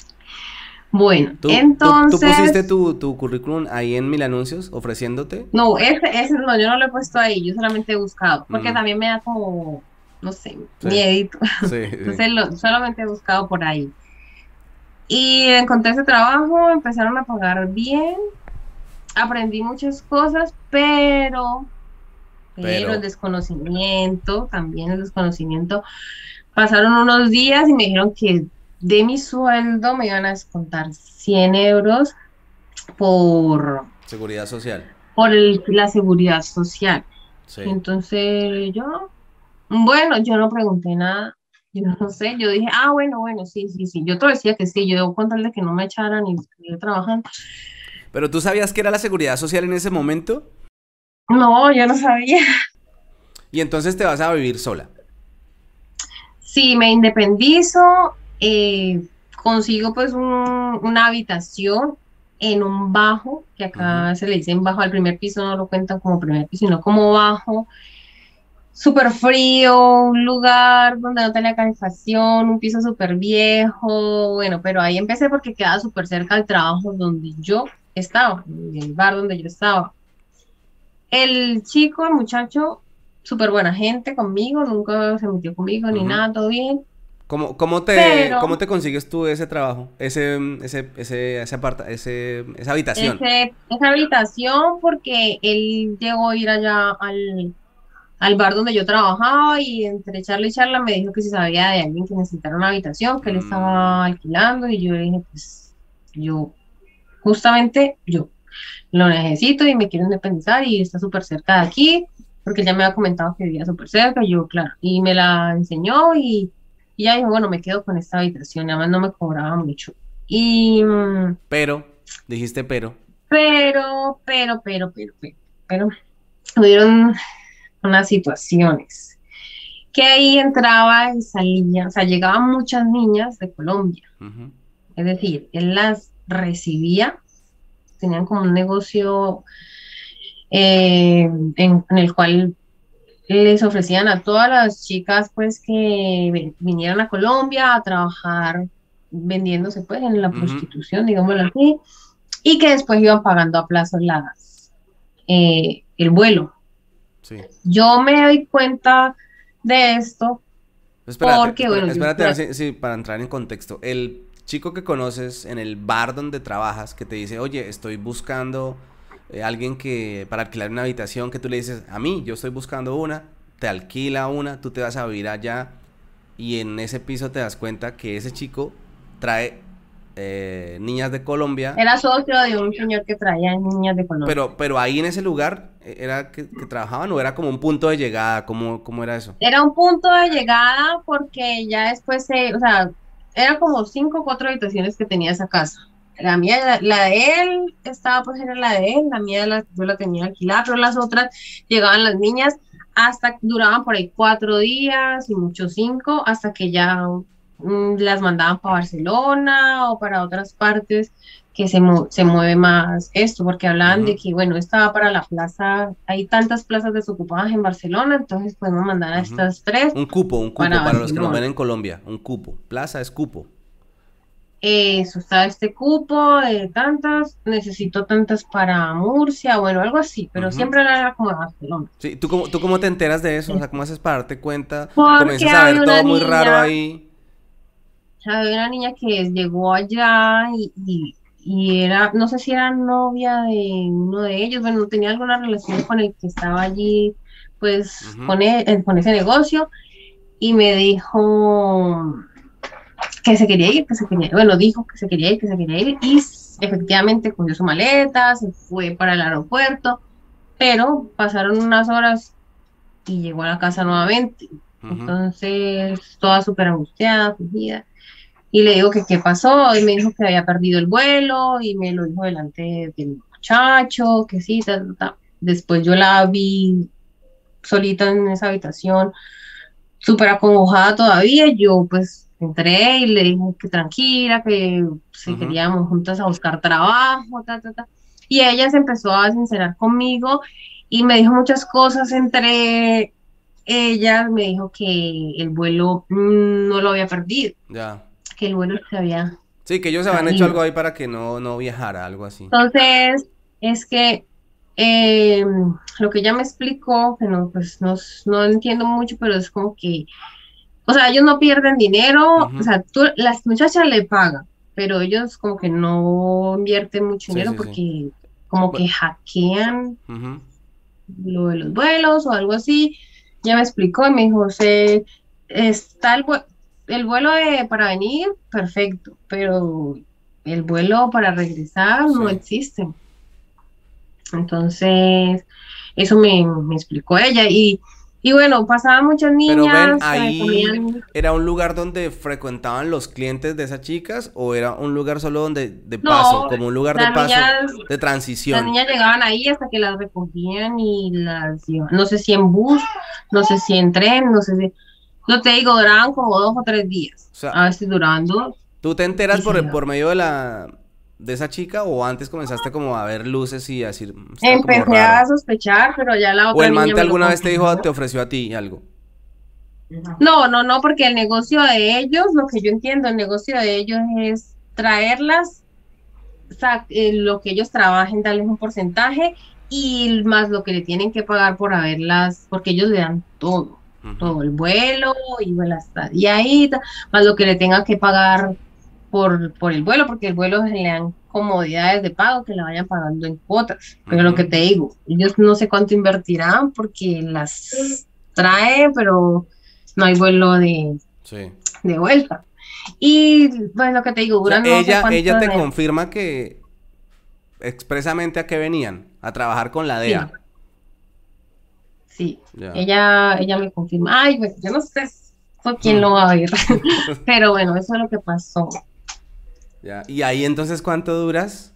Bueno, ¿Tú, tú, tú pusiste entonces, tu, tu currículum ahí en Mil Anuncios ofreciéndote? no, ese, ese no, yo no lo he puesto ahí, yo solamente he buscado, porque Mm, también me da como, no sé, sí, miedito. sí, sí. Entonces lo, solamente he buscado por ahí. Y encontré ese trabajo, empezaron a pagar bien, aprendí muchas cosas, pero, pero el Pero, desconocimiento, también el desconocimiento, pasaron unos días y me dijeron que de mi sueldo me iban a descontar cien euros por, seguridad social. por el- la seguridad social. Sí. Entonces yo, bueno, yo no pregunté nada, yo no sé, yo dije, ah, bueno, bueno, sí, sí, sí, yo te decía que sí, yo con tal de que no me echaran y seguir trabajando. Pero tú sabías que era la seguridad social en ese momento No, yo no sabía. y entonces te vas a vivir sola. Sí, me independizo, eh, consigo pues un- una habitación en un bajo, que Ujú. acá se le dicen bajo, al primer piso no lo cuentan como primer piso, sino como bajo, súper frío, un lugar donde no tenía calefacción, un piso súper viejo, bueno, pero ahí empecé porque quedaba súper cerca del trabajo donde yo estaba, del bar donde yo estaba. El chico, el muchacho, súper buena gente conmigo, nunca se metió conmigo ni Ujú. nada, todo bien. ¿Cómo, cómo te, Pero cómo te consigues tú ese trabajo? Ese, mm, ese, ese, ese aparta, ese, esa habitación. ese, esa habitación, porque él llegó a ir allá al, al bar donde yo trabajaba y entre charla y charla me dijo que si sabía de alguien que necesitara una habitación, que él Mm, estaba alquilando y yo le dije, pues yo, justamente yo lo necesito y me quiero independizar y está súper cerca de aquí, porque él ya me había comentado que vivía súper cerca y yo, claro, y me la enseñó y, y ya dijo, bueno, me quedo con esta habitación, además no me cobraba mucho. Y... mm, pero, dijiste pero. Pero, pero, pero, pero, pero, pero, hubieron unas situaciones que ahí entraba y salía, o sea, llegaban muchas niñas de Colombia, Ujú. es decir, él las recibía, tenían como un negocio eh, en, en el cual les ofrecían a todas las chicas, pues, que vi- vinieran a Colombia a trabajar vendiéndose, pues, en la Ujú. prostitución, digámoslo así, y que después iban pagando a plazos las, eh, el vuelo. Sí. Yo me doy cuenta de esto Espérate, porque, espera- bueno, yo, espérate, a ver si, si- para entrar en contexto. El chico que conoces en el bar donde trabajas, que te dice, oye, estoy buscando eh, alguien que para alquilar una habitación, que tú le dices, a mí, yo estoy buscando una, te alquila una, tú te vas a vivir allá y en ese piso te das cuenta que ese chico trae eh, niñas de Colombia, era socio de un señor que traía niñas de Colombia. pero, pero ahí en ese lugar eh, era que, que trabajaban o era como un punto de llegada, ¿cómo, cómo era eso? Era un punto de llegada porque ya después se, o sea, eran como cinco o cuatro habitaciones que tenía esa casa. La mía, la, la de él estaba pues era la de él, la mía la, yo la tenía alquilada, pero las otras llegaban las niñas hasta duraban por ahí cuatro días y muchos cinco, hasta que ya mm, las mandaban para Barcelona o para otras partes que se, mu- se mueve más esto, porque hablaban de Ujú, que, bueno, estaba para la plaza, hay tantas plazas desocupadas en Barcelona, entonces podemos mandar a ujú. estas tres Un cupo, un cupo para para los que nos Barcelona. ven en Colombia, un cupo. Plaza es cupo. Eso, está este cupo de tantas, necesito tantas para Murcia, bueno, algo así, pero Ujú. siempre era como de Barcelona. Sí, ¿tú cómo, tú cómo te enteras de eso? O sea, ¿cómo haces para darte cuenta? Porque Comienzas a ver había una todo muy raro niña, ahí. había una niña que llegó allá y, y, y era, no sé si era novia de uno de ellos, bueno, tenía alguna relación con el que estaba allí, pues, Ujú. con, e- eh, con ese negocio, y me dijo que se quería ir, que se quería ir, bueno, dijo que se quería ir, que se quería ir, y s- efectivamente cogió su maleta, se fue para el aeropuerto, pero pasaron unas horas y llegó a la casa nuevamente. Ujú. Entonces, toda súper angustiada, afligida. Y le digo que qué pasó, y me dijo que había perdido el vuelo, y me lo dijo delante del muchacho, que sí, ta, ta, ta. Después yo la vi solita en esa habitación, súper acongojada todavía. Yo pues entré y le dije que tranquila, que si Ujú. queríamos juntas a buscar trabajo, ta, ta, ta. Y ella se empezó a sincerar conmigo y me dijo muchas cosas, entre ellas me dijo que el vuelo mm, no lo había perdido, Ya. que el vuelo se había Sí, que ellos habían hecho algo caído. ahí para que no, no viajara, algo así. Entonces, es que eh, lo que ella me explicó, que no, pues no, no entiendo mucho, pero es como que, o sea, ellos no pierden dinero, o Ujú. sea, tú, las muchachas le pagan, pero ellos como que no invierten mucho Sí, dinero sí, sí. porque como Bueno, que hackean ujú. lo de los vuelos o algo así. Ya me explicó y me dijo, se, está el, vue- el vuelo de- para venir, perfecto, pero el vuelo para regresar no Sí. existe. Entonces, eso me, me explicó ella. Y, y bueno, pasaban muchas Pero ven, niñas, eh, ahí comían. ¿era un lugar donde frecuentaban los clientes de esas chicas o era un lugar solo donde de paso, No, como un lugar de las paso niñas, de las transición? niñas llegaban ahí hasta que las recogían y las llevaban. No sé si en bus, no sé si en tren, no sé si. No te digo, duraban como dos o tres días. O sea, A veces duraban dos ¿tú te enteras y se por, iban. por medio de la de esa chica o antes comenzaste como a ver luces y a decir, "Mm, está como Empecé raro"? a sospechar, pero ya la ¿O otra el niña mante me lo alguna vez te dijo, confirmó. te ofreció a ti algo? No, no, no, porque el negocio de ellos, lo que yo entiendo, el negocio de ellos es traerlas, sa- eh, lo que ellos trabajen, darles un porcentaje y más lo que le tienen que pagar por haberlas, porque ellos le dan todo, Ujú. todo el vuelo y la estadía ahí, ta- más lo que le tengan que pagar por, por el vuelo, porque el vuelo le dan comodidades de pago que la vayan pagando en cuotas. Pero lo Ujú. que te digo, ellos no sé cuánto invertirán porque las trae, pero no hay vuelo de, Sí. de vuelta. Y pues lo que te digo, O sea, duran no sé ella, cuánto ella te de. confirma que expresamente a qué venían, a trabajar con la Sí, D E A. sí. Ya. Ella, ella me confirma. Ay, bueno, yo no sé eso quién Hmm. lo va a ver. Pero bueno, eso es lo que pasó. Ya. ¿Y ahí entonces cuánto duras?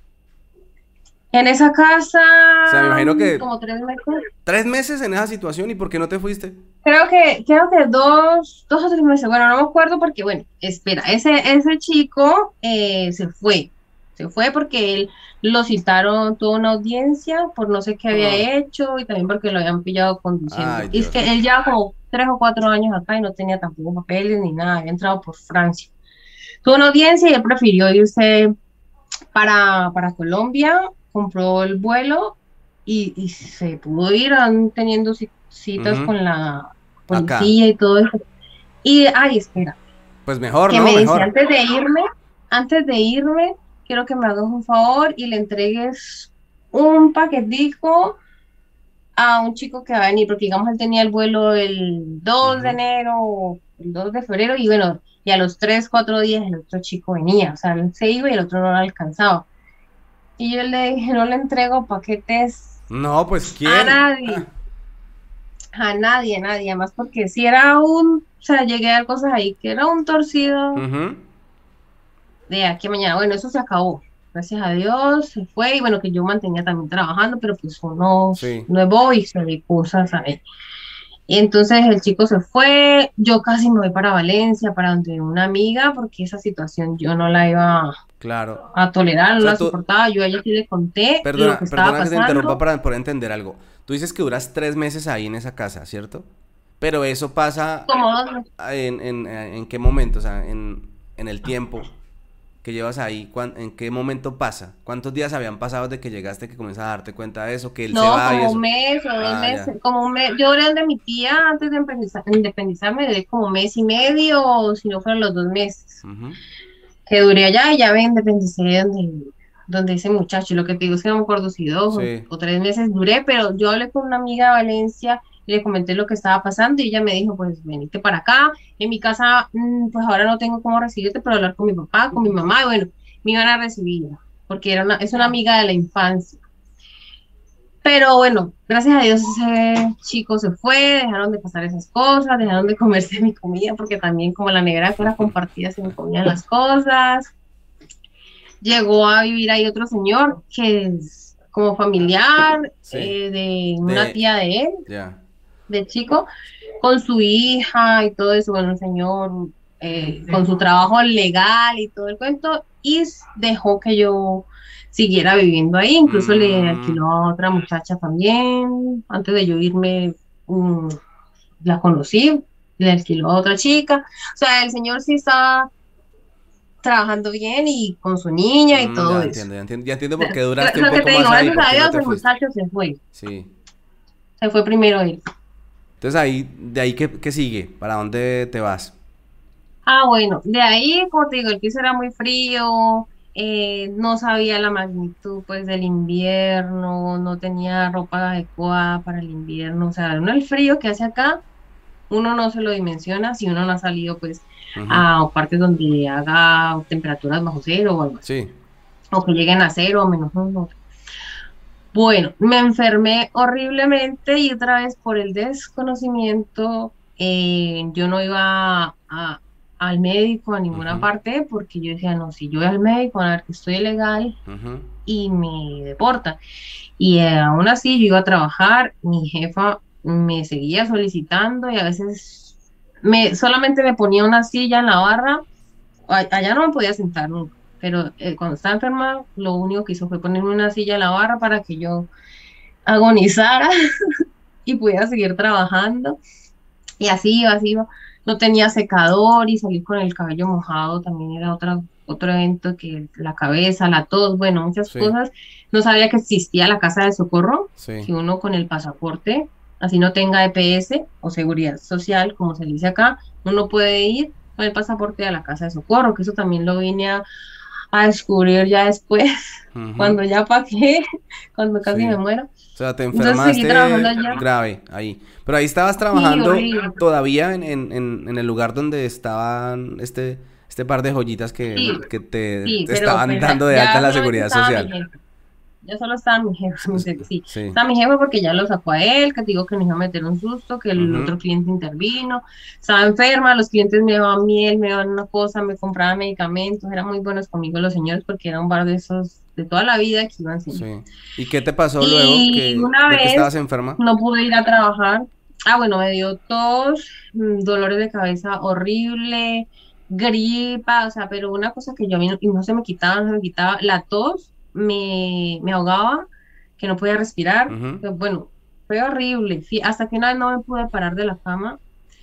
En esa casa, O sea, me imagino que como tres meses. tres meses en esa situación y ¿por qué no te fuiste? Creo que, creo que dos, dos o tres meses, bueno, no me acuerdo porque, bueno, espera, ese, ese chico eh, se fue, se fue porque él lo citaron, tuvo una audiencia por no sé qué Ah. había hecho y también porque lo habían pillado Ay, conduciendo. Y es Dios. que él ya como tres o cuatro años acá y no tenía tampoco papeles ni nada, había entrado por Francia. Tuvo una audiencia y él prefirió irse para, para Colombia, compró el vuelo y, y se pudo ir aún teniendo ci- citas Ujú. con la Acá. policía y todo eso. Y, ay, espera, Pues mejor, que ¿no? me dice, Mejor. antes de irme, antes de irme, quiero que me hagas un favor y le entregues un paquetico a un chico que va a venir, porque digamos, él tenía el vuelo el dos de Ujú. enero o el dos de febrero y bueno, y a los tres cuatro días el otro chico venía, o sea, él se iba y el otro no lo alcanzaba. Y yo le dije, no le entrego paquetes No, pues a ¿quién? nadie, a nadie, a nadie, además porque si era un, o sea, llegué a ver cosas ahí, que era un torcido Ujú. de aquí a mañana. Bueno, eso se acabó. Gracias a Dios, se fue y bueno, que yo mantenía también trabajando, pero pues uno Sí. no es bobo y se ve cosas ahí. Y entonces el chico se fue, yo casi me voy para Valencia, para donde una amiga, porque esa situación yo no la iba Claro. a tolerar, O no sea, la tú, soportaba. Yo a ella sí le conté lo perdona, que estaba perdona que te interrumpa pasando. para poder entender algo. Tú dices que duras tres meses ahí en esa casa, ¿cierto? Pero eso pasa Como dos meses. en, en, en qué momento, o sea, en, en el tiempo que llevas ahí, ¿cuán- ¿en qué momento pasa? ¿Cuántos días habían pasado de que llegaste que comienzas a darte cuenta de eso, que él se No, va y como un eso? mes o dos Ah, ya. meses, como un mes. Yo duré donde mi tía antes de independiza- independizarme, duré como un mes y medio, o si no fueron los dos meses. Ujú. que duré allá y ya me independicé donde, donde ese muchacho. Y lo que te digo es que no me acuerdo si dos o, Sí. o tres meses duré, pero yo hablé con una amiga de Valencia y le comenté lo que estaba pasando y ella me dijo, pues venite para acá. En mi casa, mm, pues ahora no tengo cómo recibirte, pero hablar con mi papá, con mi mamá, y bueno, me iban a recibir, porque era una, es una amiga de la infancia. Pero bueno, gracias a Dios ese chico se fue, dejaron de pasar esas cosas, dejaron de comerse mi comida, porque también como la nevera era compartida, se me comían las cosas. Llegó a vivir ahí otro señor que es como familiar Sí. eh, de una De, tía de él, ya. de chico, con su hija y todo eso, bueno, un señor eh, con su trabajo legal y todo el cuento, y s- dejó que yo siguiera viviendo ahí, incluso le Mm, alquiló a otra muchacha también, antes de yo irme, mm, la conocí, le alquiló a otra chica, o sea, el señor sí estaba trabajando bien y con su niña y mm, todo ya eso. entiendo, ya entiendo. Ya entiendo por qué duraste Gra- un Lo que poco te digo, más ahí, gracias por a qué no Dios te el fuiste. muchacho se fue, Sí. se fue primero él. Entonces ahí, de ahí, ¿qué, qué sigue? ¿Para dónde te vas? Ah, bueno, de ahí, como te digo, el piso era muy frío, eh, no sabía la magnitud pues del invierno, no tenía ropa adecuada para el invierno, o sea, no el frío que hace acá, uno no se lo dimensiona si uno no ha salido pues Ujú. a partes donde haga temperaturas bajo cero o algo así, Sí. o que lleguen a cero o menos uno. Bueno, me enfermé horriblemente y otra vez por el desconocimiento, eh, yo no iba a- al médico a ninguna Ujú, parte porque yo decía, no, si yo voy al médico van a ver que estoy ilegal ujú. y me deportan. Y eh, aún así yo iba a trabajar, mi jefa me seguía solicitando y a veces me, solamente me ponía una silla en la barra, a- allá no me podía sentar nunca. Pero eh, cuando estaba enferma, lo único que hizo fue ponerme una silla en la barra para que yo agonizara y pudiera seguir trabajando. Y así iba, así iba. No tenía secador y salir con el cabello mojado también era otra, otro evento que la cabeza, la tos, bueno, muchas Sí, cosas. No sabía que existía la casa de socorro, sí. que uno con el pasaporte, así no tenga E P S o seguridad social, como se dice acá, uno puede ir con el pasaporte a la casa de socorro, que eso también lo vine a, a descubrir ya después, Ujú, cuando ya pagué, cuando casi me sí. muero. O sea, te Entonces seguí trabajando enfermaste allá. grave ahí. Pero ahí estabas Sí, trabajando horrible. todavía en, en, en, en el lugar donde estaban este, este par de joyitas que, Sí, que te, sí, te pero estaban pues ya, dando de alta en ya la solamente seguridad estaba mi social. jefe. Ya solo estaba mi jefe. S- mi s- se- Sí, Sí. estaba mi jefe porque ya lo sacó a él, que te digo que nos iba a meter un susto, que el Ujú, otro cliente intervino. Estaba enferma, los clientes me daban miel, me daban una cosa, me compraban medicamentos. Eran muy buenos conmigo los señores porque era un bar de esos de toda la vida que iban siempre. sí. ¿Y qué te pasó luego Y que, una de que estabas vez enferma? no pude ir a trabajar. Ah, bueno, me dio tos, mm, dolores de cabeza horrible, gripa, o sea, pero una cosa que yo a mí no, y no se me quitaba, no se me quitaba, la tos me, me ahogaba, que no podía respirar. Ujú, que, Bueno, fue horrible. Fí- Hasta que una vez no me pude parar de la cama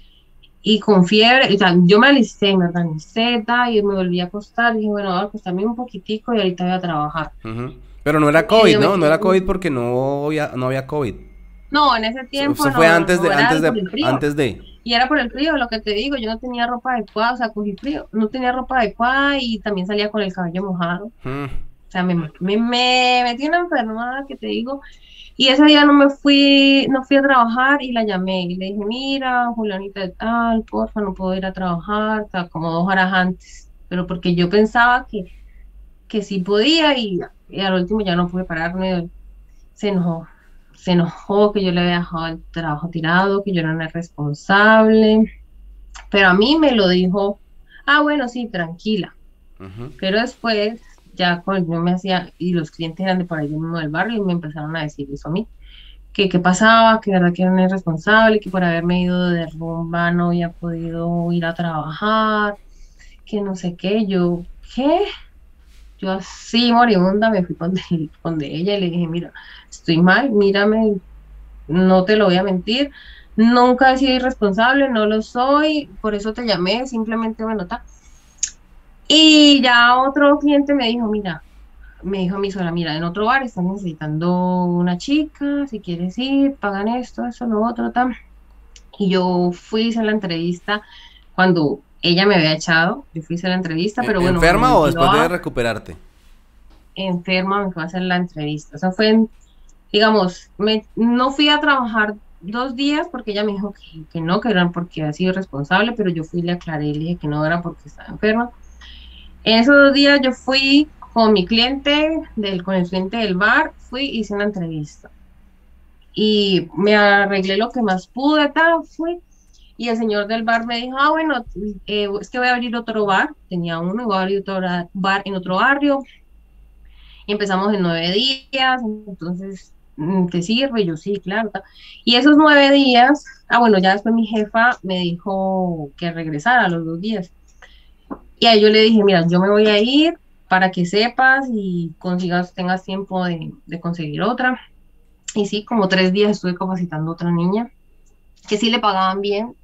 y con fiebre, o sea, yo me alisté, me organicé, ta, y me volví a acostar. Dije, bueno, voy a acostarme un poquitico y ahorita voy a trabajar. ujú. Pero no era COVID, Medio me ¿no? No quedé era COVID dormida. porque no había, no había COVID. No, en ese Eso tiempo eso fue no, no, antes no, de, era antes por de, el frío. antes de. Y era por el frío, lo que te digo, yo no tenía ropa adecuada, o sea, cogí frío, no tenía ropa adecuada y también salía con el cabello mojado. O Mm, sea, me, me, me metí una enfermedad que te digo, y ese día no me fui, no fui a trabajar y la llamé y le dije, mira, Julianita de tal, porfa, no puedo ir a trabajar, o sea, como dos horas antes, pero porque yo pensaba que, que sí podía y, y al último ya no pude pararme, se enojó, se enojó que yo le había dejado el trabajo tirado, que yo era una irresponsable, pero a mí me lo dijo, ah, bueno, sí, tranquila, ujú, pero después ya cuando yo me hacía, y los clientes eran de por ahí mismo del barrio, y me empezaron a decir eso a mí, que qué pasaba, que de verdad que era una irresponsable, que por haberme ido de rumba no había podido ir a trabajar, que no sé qué, yo, ¿qué? Yo así moribunda me fui con donde ella y le dije, mira, estoy mal, mírame, no te lo voy a mentir, nunca he sido irresponsable, no lo soy, por eso te llamé, simplemente me nota. Y ya otro cliente me dijo, mira, me dijo a mi sola, mira, en otro bar están necesitando una chica, si quieres ir, pagan esto, eso, lo otro, tal. Y yo fui, hice la entrevista cuando ella me había echado, yo fui a hacer la entrevista, pero bueno, me ¿Enferma o volvió después de a recuperarte? enferma, me fue a hacer la entrevista. O sea, fue, en- digamos, me, no fui a trabajar dos días porque ella me dijo que, que no, que eran porque había sido responsable, pero yo fui y le aclaré y le dije que no era porque estaba enferma. En esos dos días yo fui con mi cliente, del, con el cliente del bar, fui y hice una entrevista. Y me arreglé lo que más pude, tal, fui. Y el señor del bar me dijo, ah, bueno, eh, es que voy a abrir otro bar. Tenía uno, y voy a abrir otro ra- bar en otro barrio. Y empezamos en nueve días, entonces, mm, ¿te sirve? Yo sí, claro. Ta. Y esos nueve días, ah, bueno, ya después mi jefa me dijo que regresara a los dos días. Y ahí yo le dije, mira, yo me voy a ir para que sepas y consigas, tengas tiempo de, de conseguir otra. Y sí, como tres días estuve capacitando a otra niña, que sí le pagaban bien,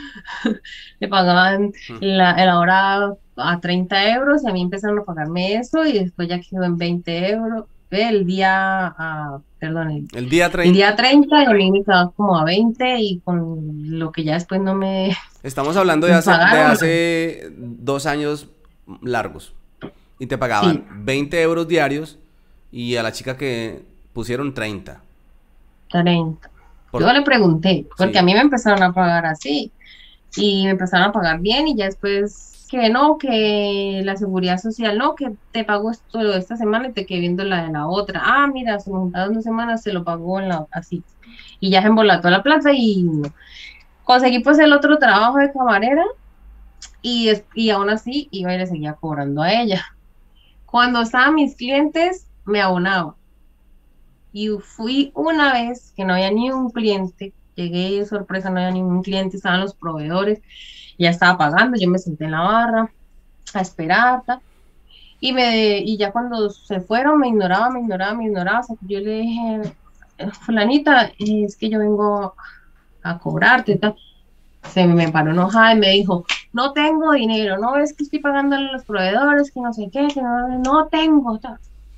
le pagaban Mm. la, la hora a treinta euros y a mí empezaron a pagarme eso y después ya quedó en veinte euros. Ve, El día, ah, perdón, el, El día el treinta, día treinta y a mí me quedaba como a veinte y con lo que ya después no me estamos hablando de hace, de pagaron, hace dos años largos. Y te sí, pagaban veinte euros diarios y a la chica que pusieron treinta. treinta. Yo Por, le pregunté, porque a sí. mí me empezaron a pagar así. Y me empezaron a pagar bien y ya después que no, que la seguridad social, no, que te pago esto lo de esta semana y te quedé viendo la de la otra. Ah, mira, se me juntaron dos semanas, se lo pagó en la así. Y ya se embolató la plata y no. Conseguí pues el otro trabajo de camarera y, es- y aún así iba y le seguía cobrando a ella. Cuando estaban mis clientes, me abonaba. Y fui una vez que no había ni un cliente, llegué de sorpresa, no había ningún cliente, estaban los proveedores, ya estaba pagando, yo me senté en la barra a esperar, ta, y, me, y ya cuando se fueron me ignoraba, me ignoraba, me ignoraba, hasta que yo le dije, fulanita, eh, es que yo vengo a cobrarte, ta. Se me paró enojada y me dijo, no tengo dinero, no es que estoy pagándole a los proveedores, que no sé qué, que no, no tengo, ta.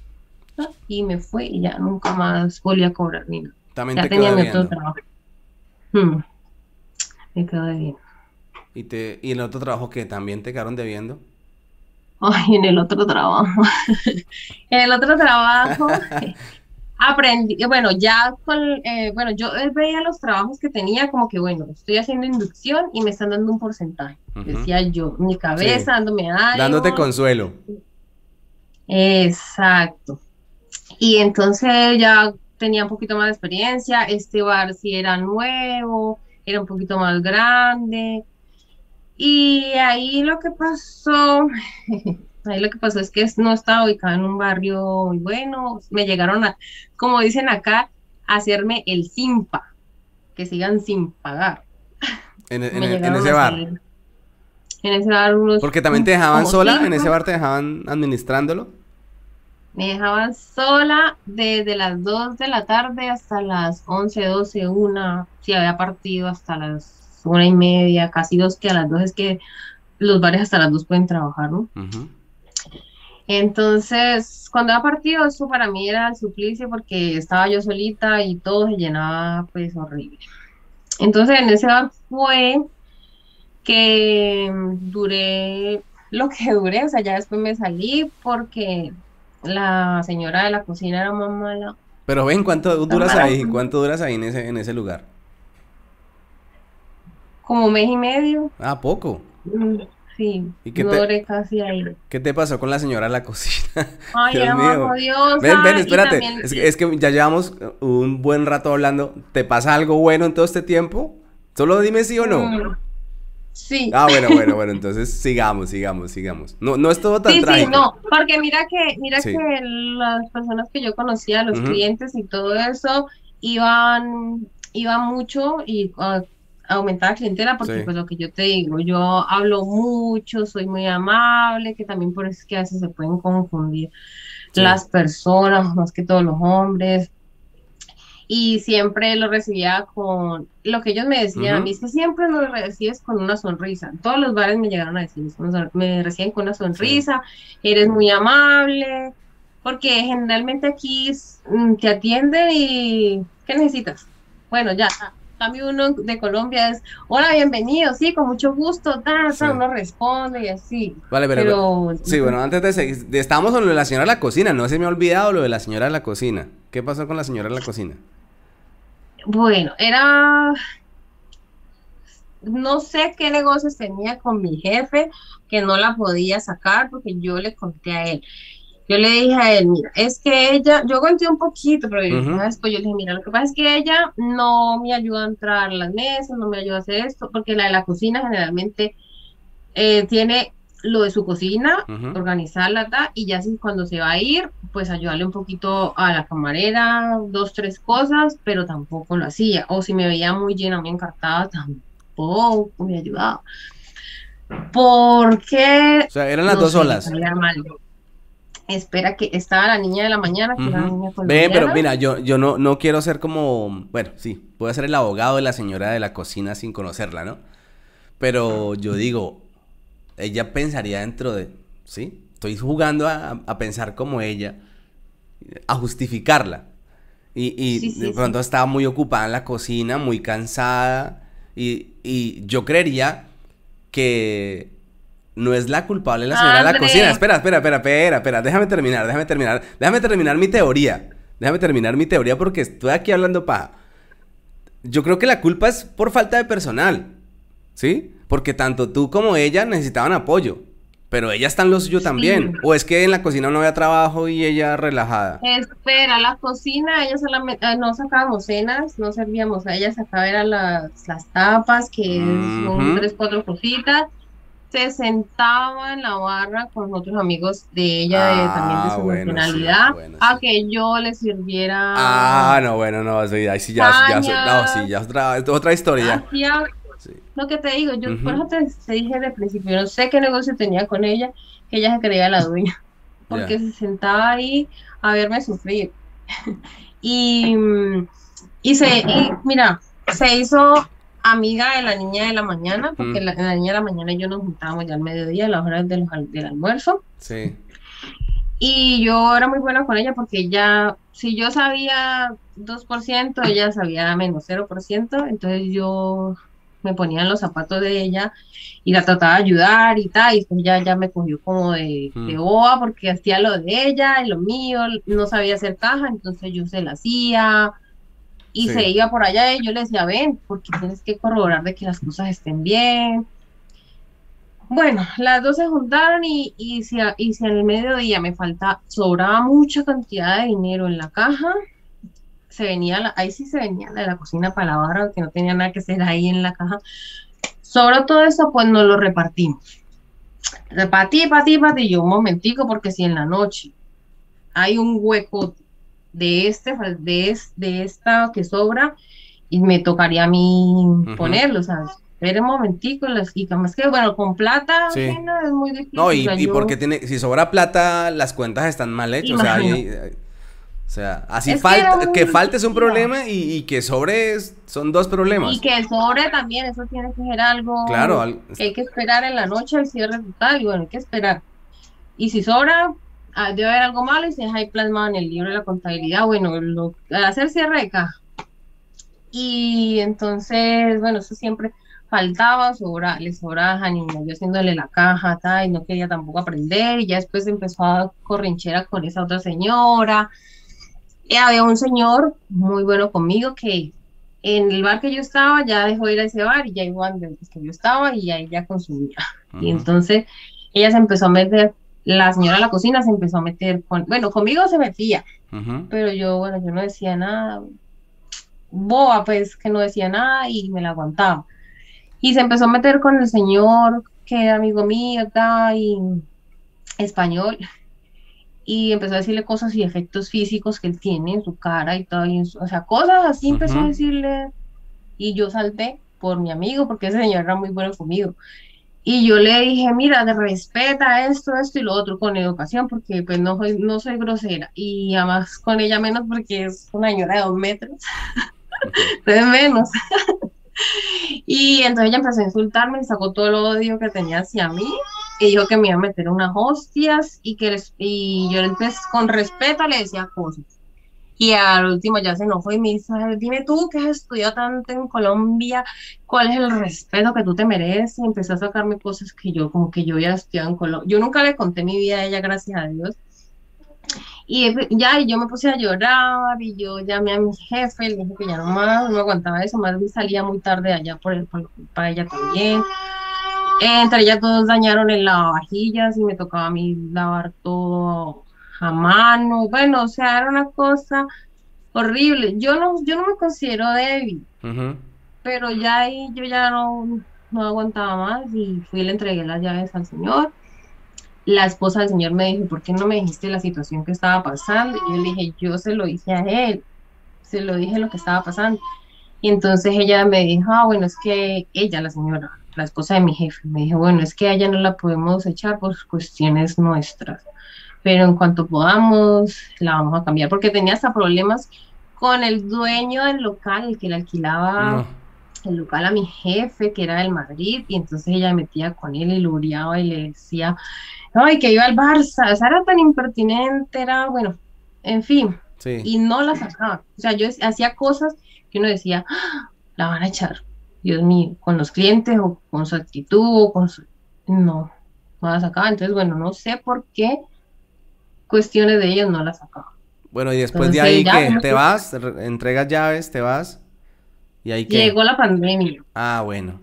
Y me fue y ya nunca más volví a cobrar ni nada. También Ya te quedó tenía mi otro debiendo. trabajo. Hmm, me quedó de bien. Y, te, y el otro trabajo que también te quedaron debiendo. Ay, en el otro trabajo. En el otro trabajo aprendí, bueno, ya con, eh, bueno, yo eh, veía los trabajos que tenía como que, bueno, estoy haciendo inducción y me están dando un porcentaje. Ujú. Decía yo, mi cabeza Sí. dándome Dándote ánimo. consuelo. Exacto. Y entonces ya tenía un poquito más de experiencia. Este bar sí era nuevo, era un poquito más grande. Y ahí lo que pasó, ahí lo que pasó es que es- no estaba ubicado en un barrio muy bueno. Me llegaron a, como dicen acá, a hacerme el simpa, que sigan sin pagar. En, en- Me en llegaron a ese bar. hacer en ese bar unos Porque también te un- dejaban como sola. En ese cinco. bar te dejaban administrándolo. Me dejaban sola desde las dos de la tarde hasta las once doce una. Si había partido hasta las una y media, casi dos, que a las dos es que los bares hasta las dos pueden trabajar, ¿no? Ujú. Entonces, cuando había partido, eso para mí era el suplicio porque estaba yo solita y todo se llenaba pues horrible. Entonces, en ese bar fue que mm, duré lo que duré, o sea, ya después me salí porque la señora de la cocina era más mala. Pero ven, ¿cuánto Tan duras mala, ahí? ¿Cuánto duras ahí en ese, en ese lugar? como mes y medio. Ah, poco. Mm, sí, ¿Y qué no te, duré casi ahí. qué te pasó con la señora de la cocina? Ay, Dios era más mío. Ven, ven, odiosa y espérate. también, Es que, es que ya llevamos un buen rato hablando. ¿Te pasa algo bueno en todo este tiempo? Solo dime sí o no. mm, sí. Ah, bueno, bueno, bueno. Entonces sigamos, sigamos, sigamos. No, no es todo tan Sí, sí, trágico. no, porque mira que, mira que Sí. las personas que yo conocía, los Ujú. clientes y todo eso, iban, iban mucho y ah, aumentaba clientela porque Sí. pues lo que yo te digo, yo hablo mucho, soy muy amable, que también por eso es que a veces se pueden confundir Sí. las personas, más que todos los hombres. Y siempre lo recibía con lo que ellos me decían a mí, Ujú. es que siempre lo recibes con una sonrisa. Todos los bares me llegaron a decir eso, me me reciben con una Sí. sonrisa, eres muy amable, porque generalmente aquí mm, te atienden y ¿qué necesitas? Bueno, ya. cambio uno de Colombia es, hola, bienvenido, sí, con mucho gusto, ta, Sí. ta, uno responde y así. Vale, pero, Pero, sí, bueno, antes de seguir, de- estábamos con lo de la señora de la cocina, no se me ha olvidado lo de la señora de la cocina. ¿Qué pasó con la señora de la cocina? bueno, era, no sé qué negocios tenía con mi jefe, que no la podía sacar porque yo le conté a él. Yo le dije a él, mira, es que ella, yo conté un poquito, pero Ujú, después yo le dije, mira, lo que pasa es que ella no me ayuda a entrar a las mesas, no me ayuda a hacer esto, porque la de la cocina generalmente eh, tiene lo de su cocina, ujú. organizarla, ta, y ya si cuando se va a ir, pues ayudarle un poquito a la camarera, dos, tres cosas, pero tampoco lo hacía. O si me veía muy llena, muy encartada, tampoco me ayudaba. Porque, O sea, eran las no dos sé, le olas. caía mal. Espera que estaba la niña de la mañana, que era la Ujú. niña Ve, pero colombiana. mira, yo, yo no, no quiero ser como, bueno, sí, puedo ser el abogado de la señora de la cocina sin conocerla, ¿no? Pero yo digo, ella pensaría dentro de, ¿sí? Estoy jugando a, a pensar como ella, a justificarla. Y, Sí, y de sí, sí. pronto estaba muy ocupada en la cocina, muy cansada. Y, y yo creería que no es la culpable la señora de la cocina. André, Espera, espera, espera, espera, espera. Déjame terminar, déjame terminar. Déjame terminar mi teoría. Déjame terminar mi teoría porque estoy aquí hablando paja. Yo creo que la culpa es por falta de personal. ¿Sí? Porque tanto tú como ella necesitaban apoyo. Pero ella está en lo suyo sí. también. O es que en la cocina no había trabajo y ella relajada. Espera, la cocina, ella solamente, eh, no sacábamos cenas, no servíamos, a ella sacaba eran las, las tapas, que son Ujú. tres, cuatro cositas, se sentaba en la barra con otros amigos de ella, de, también de Ah, su bueno, sí, nacionalidad, bueno, a sí. que yo le sirviera Ah, no, bueno, no, sí, ahí sí ya, ya, no, sí, cañas, ya es otra, es otra historia. hacía Sí. lo que te digo, yo por Ujú. eso te, te dije de principio, no sé qué negocio tenía con ella, que ella se creía la dueña, porque Ya. se sentaba ahí a verme sufrir. Y, mm, y se, y mira, se hizo amiga de la niña de la mañana, porque Mm, la, la niña de la mañana y yo nos juntábamos ya al mediodía, a las horas de los al- del almuerzo. sí. Y yo era muy buena con ella porque ella, si yo sabía dos por ciento ella sabía menos cero por ciento. Entonces yo me ponía en los zapatos de ella y la trataba de ayudar y tal, y después ya, ya me cogió como de, de Mm, boba porque hacía lo de ella y lo mío, no sabía hacer caja, entonces yo se la hacía y se sí. iba por allá y yo le decía, ven, porque tienes que corroborar de que las cosas estén bien. Bueno, las dos se juntaron y, y, si, a- y si en el mediodía me falta, sobraba mucha cantidad de dinero en la caja, se venía, la, ahí sí se venía la de la cocina para la barra, que no tenía nada que hacer ahí en la caja. Sobró todo eso, pues nos lo repartimos. Repartí, repartí, repartí, yo un momentico, porque si en la noche hay un hueco de este, de, es- de esta que sobra, y me tocaría a mí Ujú, ponerlo, ¿sabes? Espera un momentico, las- y además que, bueno, con plata sí. ajena es muy No, difícil, o y, sea, y porque yo tiene, si sobra plata, las cuentas están mal hechas. O sea, imagino, hay, hay- o sea, así es que era falta, que muy falte es un difícil, problema y, y que sobre es- son dos y problemas. que sobre también, eso tiene que ser Claro, algo al- que hay que esperar en la noche al cierre total, y bueno, hay que esperar, y si sobra, ah, debe haber algo malo y se deja ahí plasmado en el libro de la contabilidad, bueno, lo, al hacer cierre de caja. Y entonces, bueno, eso siempre faltaba, sobra, le sobraba a Janina, yo haciéndole la caja, tal, y no quería tampoco aprender, y ya después empezó a corrinchera con esa otra señora. Y había un señor muy bueno conmigo que en el bar que yo estaba ya dejó de ir a ese bar y ya iba donde que yo estaba y ahí ya consumía. Y ujú, entonces ella se empezó a meter, la señora de la cocina se empezó a meter con, bueno, conmigo se metía, ujú, pero yo, bueno, yo no decía nada, boba, pues que no decía nada y me la aguantaba. Y se empezó a meter con el señor que era amigo mío, tal, y español, y empezó a decirle cosas y efectos físicos que él tiene en su cara y todo, y en su- o sea, cosas así empezó a ujú. decirle, y yo salté por mi amigo, porque ese señor era muy bueno conmigo. Y yo le dije, mira, de respeta esto, esto y lo otro con educación, porque pues no soy, no soy grosera, y además con ella menos porque es una señora de dos metros, entonces menos. Y entonces ella empezó a insultarme, sacó todo el odio que tenía hacia mí y dijo que me iba a meter unas hostias y que les- y yo entonces con respeto le decía cosas. Y al último ya se enojó y me dice, "Ay, dime tú que has estudiado tanto en Colombia, ¿cuál es el respeto que tú te mereces?" Y empezó a sacarme cosas que yo, como que yo había estudiado en Colombia. Yo nunca le conté mi vida a ella, gracias a Dios. Y eh, ya, y yo me puse a llorar y yo llamé a mi jefe, le dije que ya no más, no aguantaba eso, más bien salía muy tarde allá por, el, por culpa de ella también. Eh, entre ellas todos dañaron el lavavajillas y me tocaba a mí lavar todo a mano. Bueno, o sea, era una cosa horrible. Yo no, yo no me considero débil, Ujú. pero ya ahí yo ya no, no aguantaba más y fui y le entregué las llaves al señor. La esposa del señor me dijo, ¿por qué no me dijiste la situación que estaba pasando? Y yo le dije, yo se lo dije a él, se lo dije lo que estaba pasando. Y entonces ella me dijo, ah, bueno, es que ella, la señora, la esposa de mi jefe, me dijo, bueno, es que a ella no la podemos echar por cuestiones nuestras, pero en cuanto podamos, la vamos a cambiar, porque tenía hasta problemas con el dueño del local, el que le alquilaba No. el local a mi jefe, que era del Madrid, y entonces ella me metía con él y lo uriaba y le decía, ay, que iba al Barça, o sea, era tan impertinente, era, bueno, en fin, Sí. y no la sacaba. O sea, yo hacía cosas que uno decía, "Ah, la van a echar, Dios mío, con los clientes o con su actitud o con su... No, no la sacaba. Entonces, bueno, no sé por qué cuestiones de ellos no la sacaba. Bueno, y después de Entonces, ahí, ya ¿qué? como ¿Te que vas? Re- ¿Entregas llaves? ¿Te vas? ¿Y ahí qué? llegó la pandemia. Ah, bueno.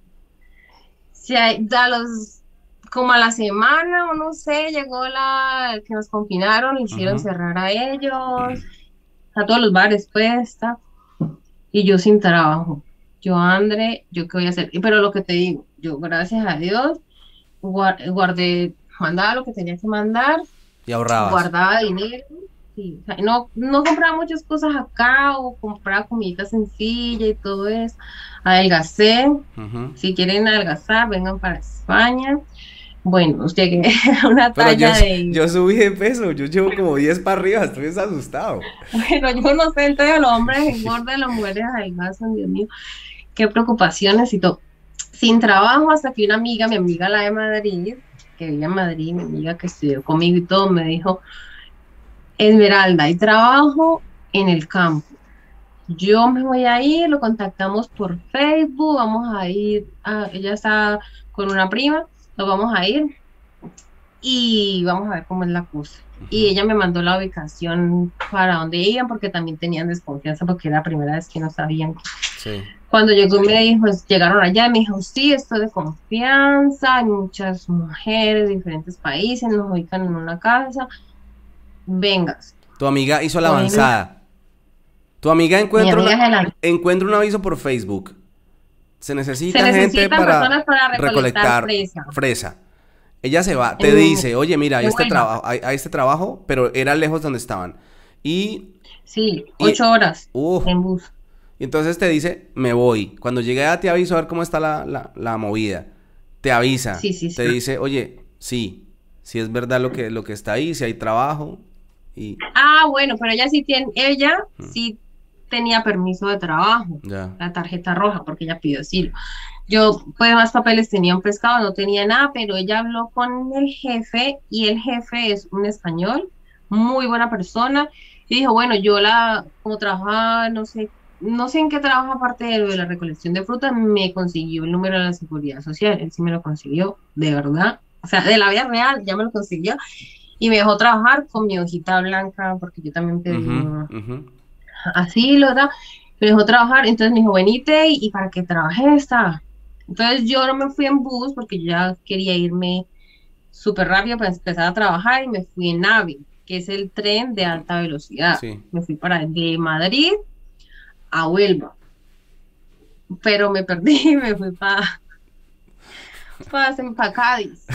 Si hay- a los, como a la semana o no sé, llegó la que nos confinaron, hicieron Ujú. cerrar a ellos, a todos los bares puesta, y yo sin trabajo. Yo, André, ¿yo qué voy a hacer? Y Pero lo que te digo, yo gracias a Dios guar- guardé, mandaba lo que tenía que mandar, Y ahorrabas. guardaba dinero, sí, o sea, no, no compraba muchas cosas acá o compraba comidita sencilla y todo eso. Adelgacé, Ujú. si quieren adelgazar, vengan para España. Bueno, llegué a una Pero yo, talla s- de, yo subí de peso, yo llevo como diez para arriba, estoy asustado. bueno, yo no sé, entonces los hombres engordan, las mujeres adelgazan, Dios mío, qué preocupaciones y todo. Sin trabajo hasta que una amiga, mi amiga la de Madrid, que vive en Madrid, mi amiga que estudió conmigo y todo, me dijo, Esmeralda, hay trabajo en el campo. Yo me voy a ir, lo contactamos por Facebook, vamos a ir, a, ella está con una prima, nos vamos a ir y vamos a ver cómo es la cosa. Y Ujú. ella me mandó la ubicación para dónde iban porque también tenían desconfianza porque era la primera vez que no sabían. Sí. Cuando llegó me dijo, llegaron allá, me dijo, sí, esto es de confianza, hay muchas mujeres de diferentes países, nos ubican en una casa, vengas. Tu amiga hizo la Ponen, avanzada. Tu amiga mi encuentra amiga una, se la... encuentra un aviso por Facebook. Se Se necesita gente necesitan para personas para recolectar recolectar fresa. fresa. Ella se va, te En, dice, oye, mira, hay en este Huelva. trabajo, hay, hay este trabajo, pero era lejos donde estaban. Y, Sí, y, ocho horas uh, en bus. y entonces te dice, me voy. Cuando llegue a te aviso a ver cómo está la, la, la movida. Te avisa, Sí, sí, te sí. dice, oye, sí, sí es verdad lo que, lo que está ahí, si hay trabajo. Y Ah, bueno, pero ella sí tiene, ella mm, sí tenía permiso de trabajo, ya, la tarjeta roja, porque ella pidió asilo. Yo, pues, más papeles tenía un pescado, no tenía nada, pero ella habló con el jefe y el jefe es un español, muy buena persona, y dijo, bueno, yo la, como trabajaba, no sé, no sé en qué trabaja aparte de lo de la recolección de frutas, me consiguió el número de la seguridad social, él sí me lo consiguió, de verdad, o sea, de la vida real, ya me lo consiguió, y me dejó trabajar con mi hojita blanca, porque yo también pedí ujú, un ujú, asilo, ¿verdad? Me dejó trabajar, entonces me dijo, venite y, y para que trabaje esta. Entonces yo no me fui en bus porque yo ya quería irme súper rápido para empezar a trabajar y me fui en AVE, que es el tren de alta velocidad. sí. Me fui para de Madrid a Huelva, pero me perdí y me fui para pa, pa Cádiz.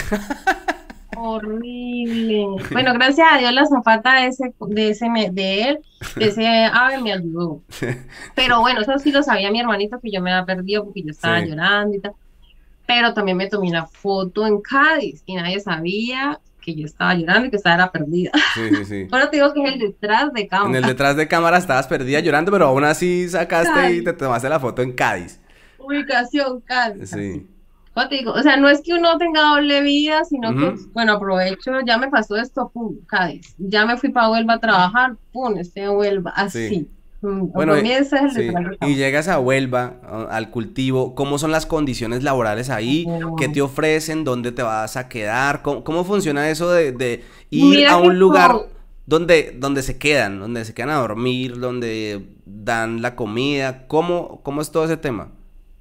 Horrible. Bueno, gracias a Dios la zapata de ese, de ese, me- de él, de ese ave me ayudó. Pero bueno, eso sí lo sabía mi hermanito que yo me había perdido porque yo estaba Sí, llorando y tal. Pero también me tomé una foto en Cádiz y nadie sabía que yo estaba llorando y que estaba era perdida. sí, sí, sí. Ahora te digo que es el detrás de En el cámara. detrás de cámara estabas perdida llorando, pero aún así sacaste y te Cádiz, tomaste la foto en Cádiz. ubicación Cádiz, así. Sí. Pues te digo, o sea, no es que uno tenga doble vida, sino que, Ujú. bueno, aprovecho, ya me pasó esto, pum, Cádiz, ya me fui para Huelva a trabajar, pum, estoy en Huelva, Sí. así. Mm, Bueno, Por mí eh, ese es el sí. detrás de Y cámara. llegas a Huelva, a- al cultivo. ¿Cómo son las condiciones laborales ahí? ¿Qué te Mm, ofrecen? ¿Dónde te vas a quedar? ¿Cómo, cómo funciona eso de, de ir Mira a que un con, lugar donde, donde se quedan, donde se quedan a dormir, donde dan la comida? ¿Cómo, cómo es todo ese tema?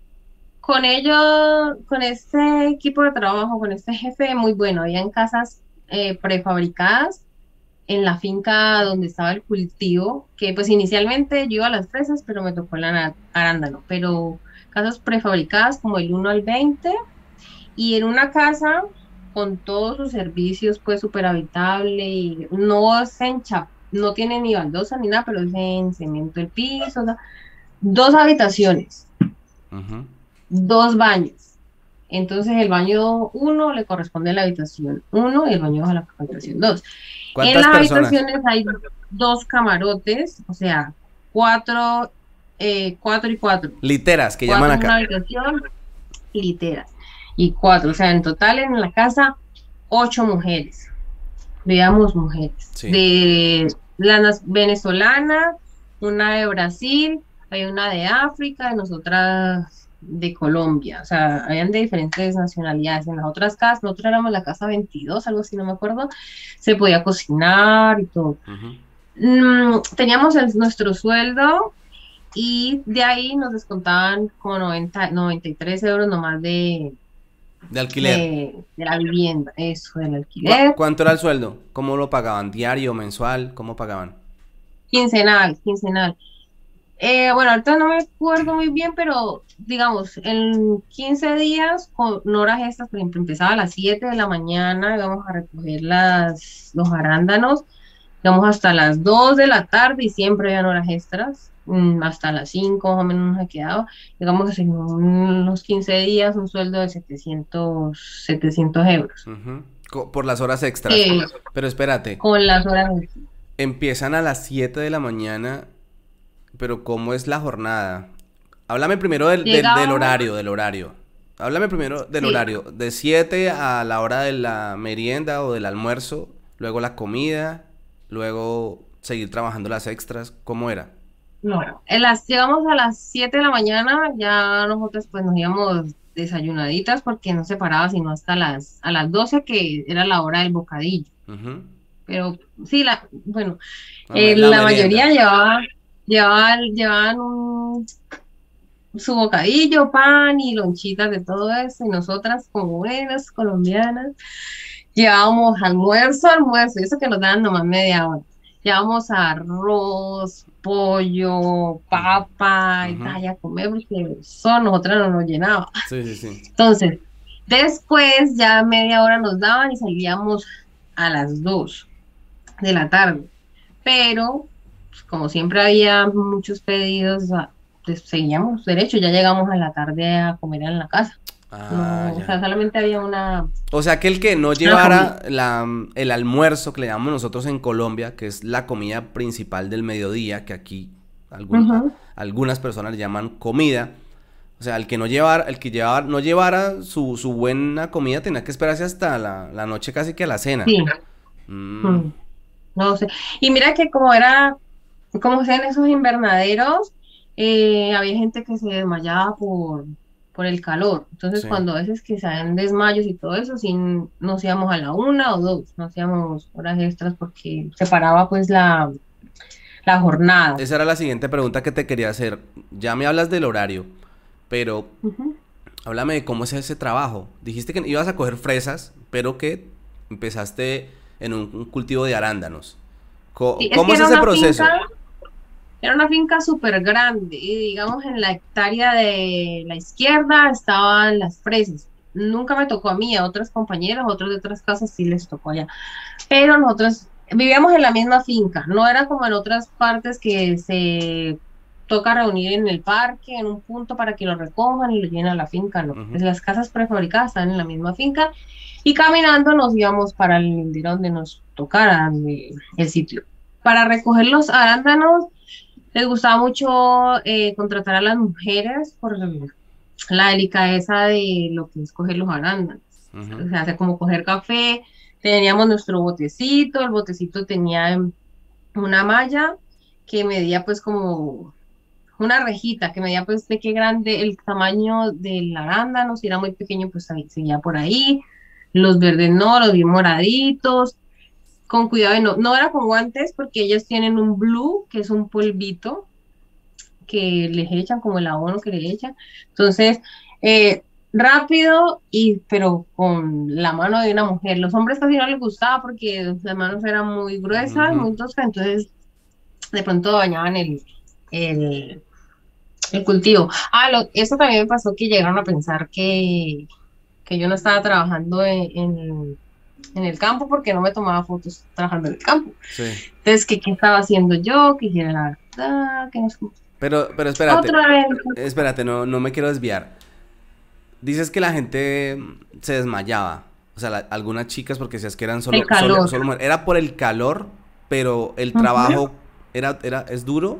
con ellos, con este equipo de trabajo, con este jefe, muy bueno, habían casas eh, prefabricadas en la finca donde estaba el cultivo, que pues inicialmente yo iba a las fresas, pero me tocó el ana- arándano, pero casas prefabricadas como el uno al veinte y en una casa con todos sus servicios pues súper habitable y no es en chap, no tiene ni baldosa ni nada, pero es en cemento el piso, o sea, dos habitaciones, Ujú. dos baños. Entonces el baño uno le corresponde a la habitación uno y el baño dos a la habitación dos. En ¿Cuántas las personas? habitaciones hay dos camarotes, o sea, cuatro, eh, cuatro y cuatro. Literas, que llaman Cuatro en una acá. habitación, literas. Y cuatro, o sea, en total en la casa, ocho mujeres. Veamos mujeres. Sí. De las venezolanas, una de Brasil, hay una de África, y nosotras de Colombia. O sea, habían de diferentes nacionalidades. En las otras casas, nosotros éramos la casa veintidós, algo así, no me acuerdo. Se podía cocinar y todo. Ujú. Mm, teníamos el- nuestro sueldo y de ahí nos descontaban como noventa noventa y tres euros nomás de, De alquiler. de, de la vivienda, eso, del ¿Cuá- alquiler. ¿Cuánto era el sueldo? ¿Cómo lo pagaban? ¿Diario, mensual? ¿Cómo pagaban? Quincenal, quincenal. Eh, bueno, ahorita no me acuerdo muy bien, pero digamos, en quince días, con horas extras, por ejemplo, empezaba a las siete de la mañana, íbamos a recoger las, los arándanos, íbamos hasta las dos de la tarde y siempre habían horas extras, mm, hasta las cinco más o menos nos ha quedado. Digamos, en unos quince días, un sueldo de setecientos setecientos euros. Ujú. Co- Por las horas extras. Eh, Pero espérate, con las horas extras. empiezan a las siete de la mañana, pero ¿cómo es la jornada? Háblame primero del, del, del Llegábamos, horario, del horario. Háblame primero del sí, horario. De siete a la hora de la merienda o del almuerzo, luego la comida, luego seguir trabajando las extras. ¿Cómo era? no, en las, llegamos a las siete de la mañana, ya nosotros pues nos íbamos desayunaditas porque no se paraba sino hasta las, a las doce que era la hora del bocadillo. Ujú. Pero sí, la, bueno, La, eh, me- la la mayoría merienda. llevaba, llevaban, llevaban un, su bocadillo, pan y lonchitas de todo eso, y nosotras como buenas colombianas llevábamos almuerzo, almuerzo, y eso que nos daban nomás media hora. Llevábamos arroz, pollo, Ujú. papa, y Ujú. tal, y a comer porque eso nosotras no nos llenaba. Sí, sí, sí. Entonces, después ya media hora nos daban y salíamos a las dos de la tarde. Pero, pues, como siempre había muchos pedidos, o sea, pues, seguíamos derecho, ya llegamos a la tarde a comer en la casa. Ah, No, o sea, ya. solamente había una, O sea que el que no una comida. llevara la, el almuerzo que le llamamos nosotros en Colombia, que es la comida principal del mediodía, que aquí algún- a- Ujú. algunas personas le llaman comida. O sea, el que no llevara, el que llevara, no llevara su, su buena comida tenía que esperarse hasta la, la noche casi que a la cena. Sí. Mm. Mm, no sé. Y mira que como era, como sean esos invernaderos, eh, había gente que se desmayaba por, por el calor. Entonces, Sí. cuando a veces que se dan desmayos y todo eso, sí nos íbamos a la una o dos, no hacíamos horas extras porque se paraba pues la, la jornada. Esa era la siguiente pregunta que te quería hacer. Ya me hablas del horario, pero Ujú. háblame de cómo es ese trabajo. Dijiste que ibas a coger fresas, pero que empezaste en un, un cultivo de arándanos. Co- Sí, es ¿Cómo que es era ese una proceso? finca, era una finca súper grande y digamos en la hectárea de la izquierda estaban las fresas. Nunca me tocó a mí, a otras compañeras, otros de otras casas sí les tocó allá. Pero nosotros vivíamos en la misma finca, no era como en otras partes que se toca reunir en el parque, en un punto para que lo recojan y lo lleven a la finca, no. Ujú. Pues las casas prefabricadas estaban en la misma finca y caminando nos íbamos para el lindero donde nos tocara eh, el sitio. Para recoger los arándanos les gustaba mucho eh, contratar a las mujeres por, la delicadeza de lo que es coger los arándanos. Ujú. O sea, hace como coger café, teníamos nuestro botecito, el botecito tenía em, una malla que medía pues como una rejita, que medía pues de qué grande el tamaño del arándano, si era muy pequeño pues ahí seguía por ahí, los verdes no, los bien moraditos, con cuidado de no, no era con guantes porque ellos tienen un blue, que es un polvito que les echan, como el abono que le echan. Entonces, eh, rápido, y pero con la mano de una mujer. Los hombres casi no les gustaba porque las manos eran muy gruesas, Ujú. muy toscas, entonces de pronto dañaban el, el, el cultivo. Ah, lo, eso también me pasó que llegaron a pensar que, que yo no estaba trabajando en, en, en el campo porque no me tomaba fotos trabajando en el campo. Sí. Entonces, que qué estaba haciendo yo, que era la verdad, que no sé. Pero, pero espérate, Otra vez, espérate, no, no me quiero desviar. Dices que la gente se desmayaba. O sea, la- algunas chicas porque decías que eran el solo, solo, calor. solo mujeres. Era por el calor, pero el Ujú. trabajo era, era, es duro.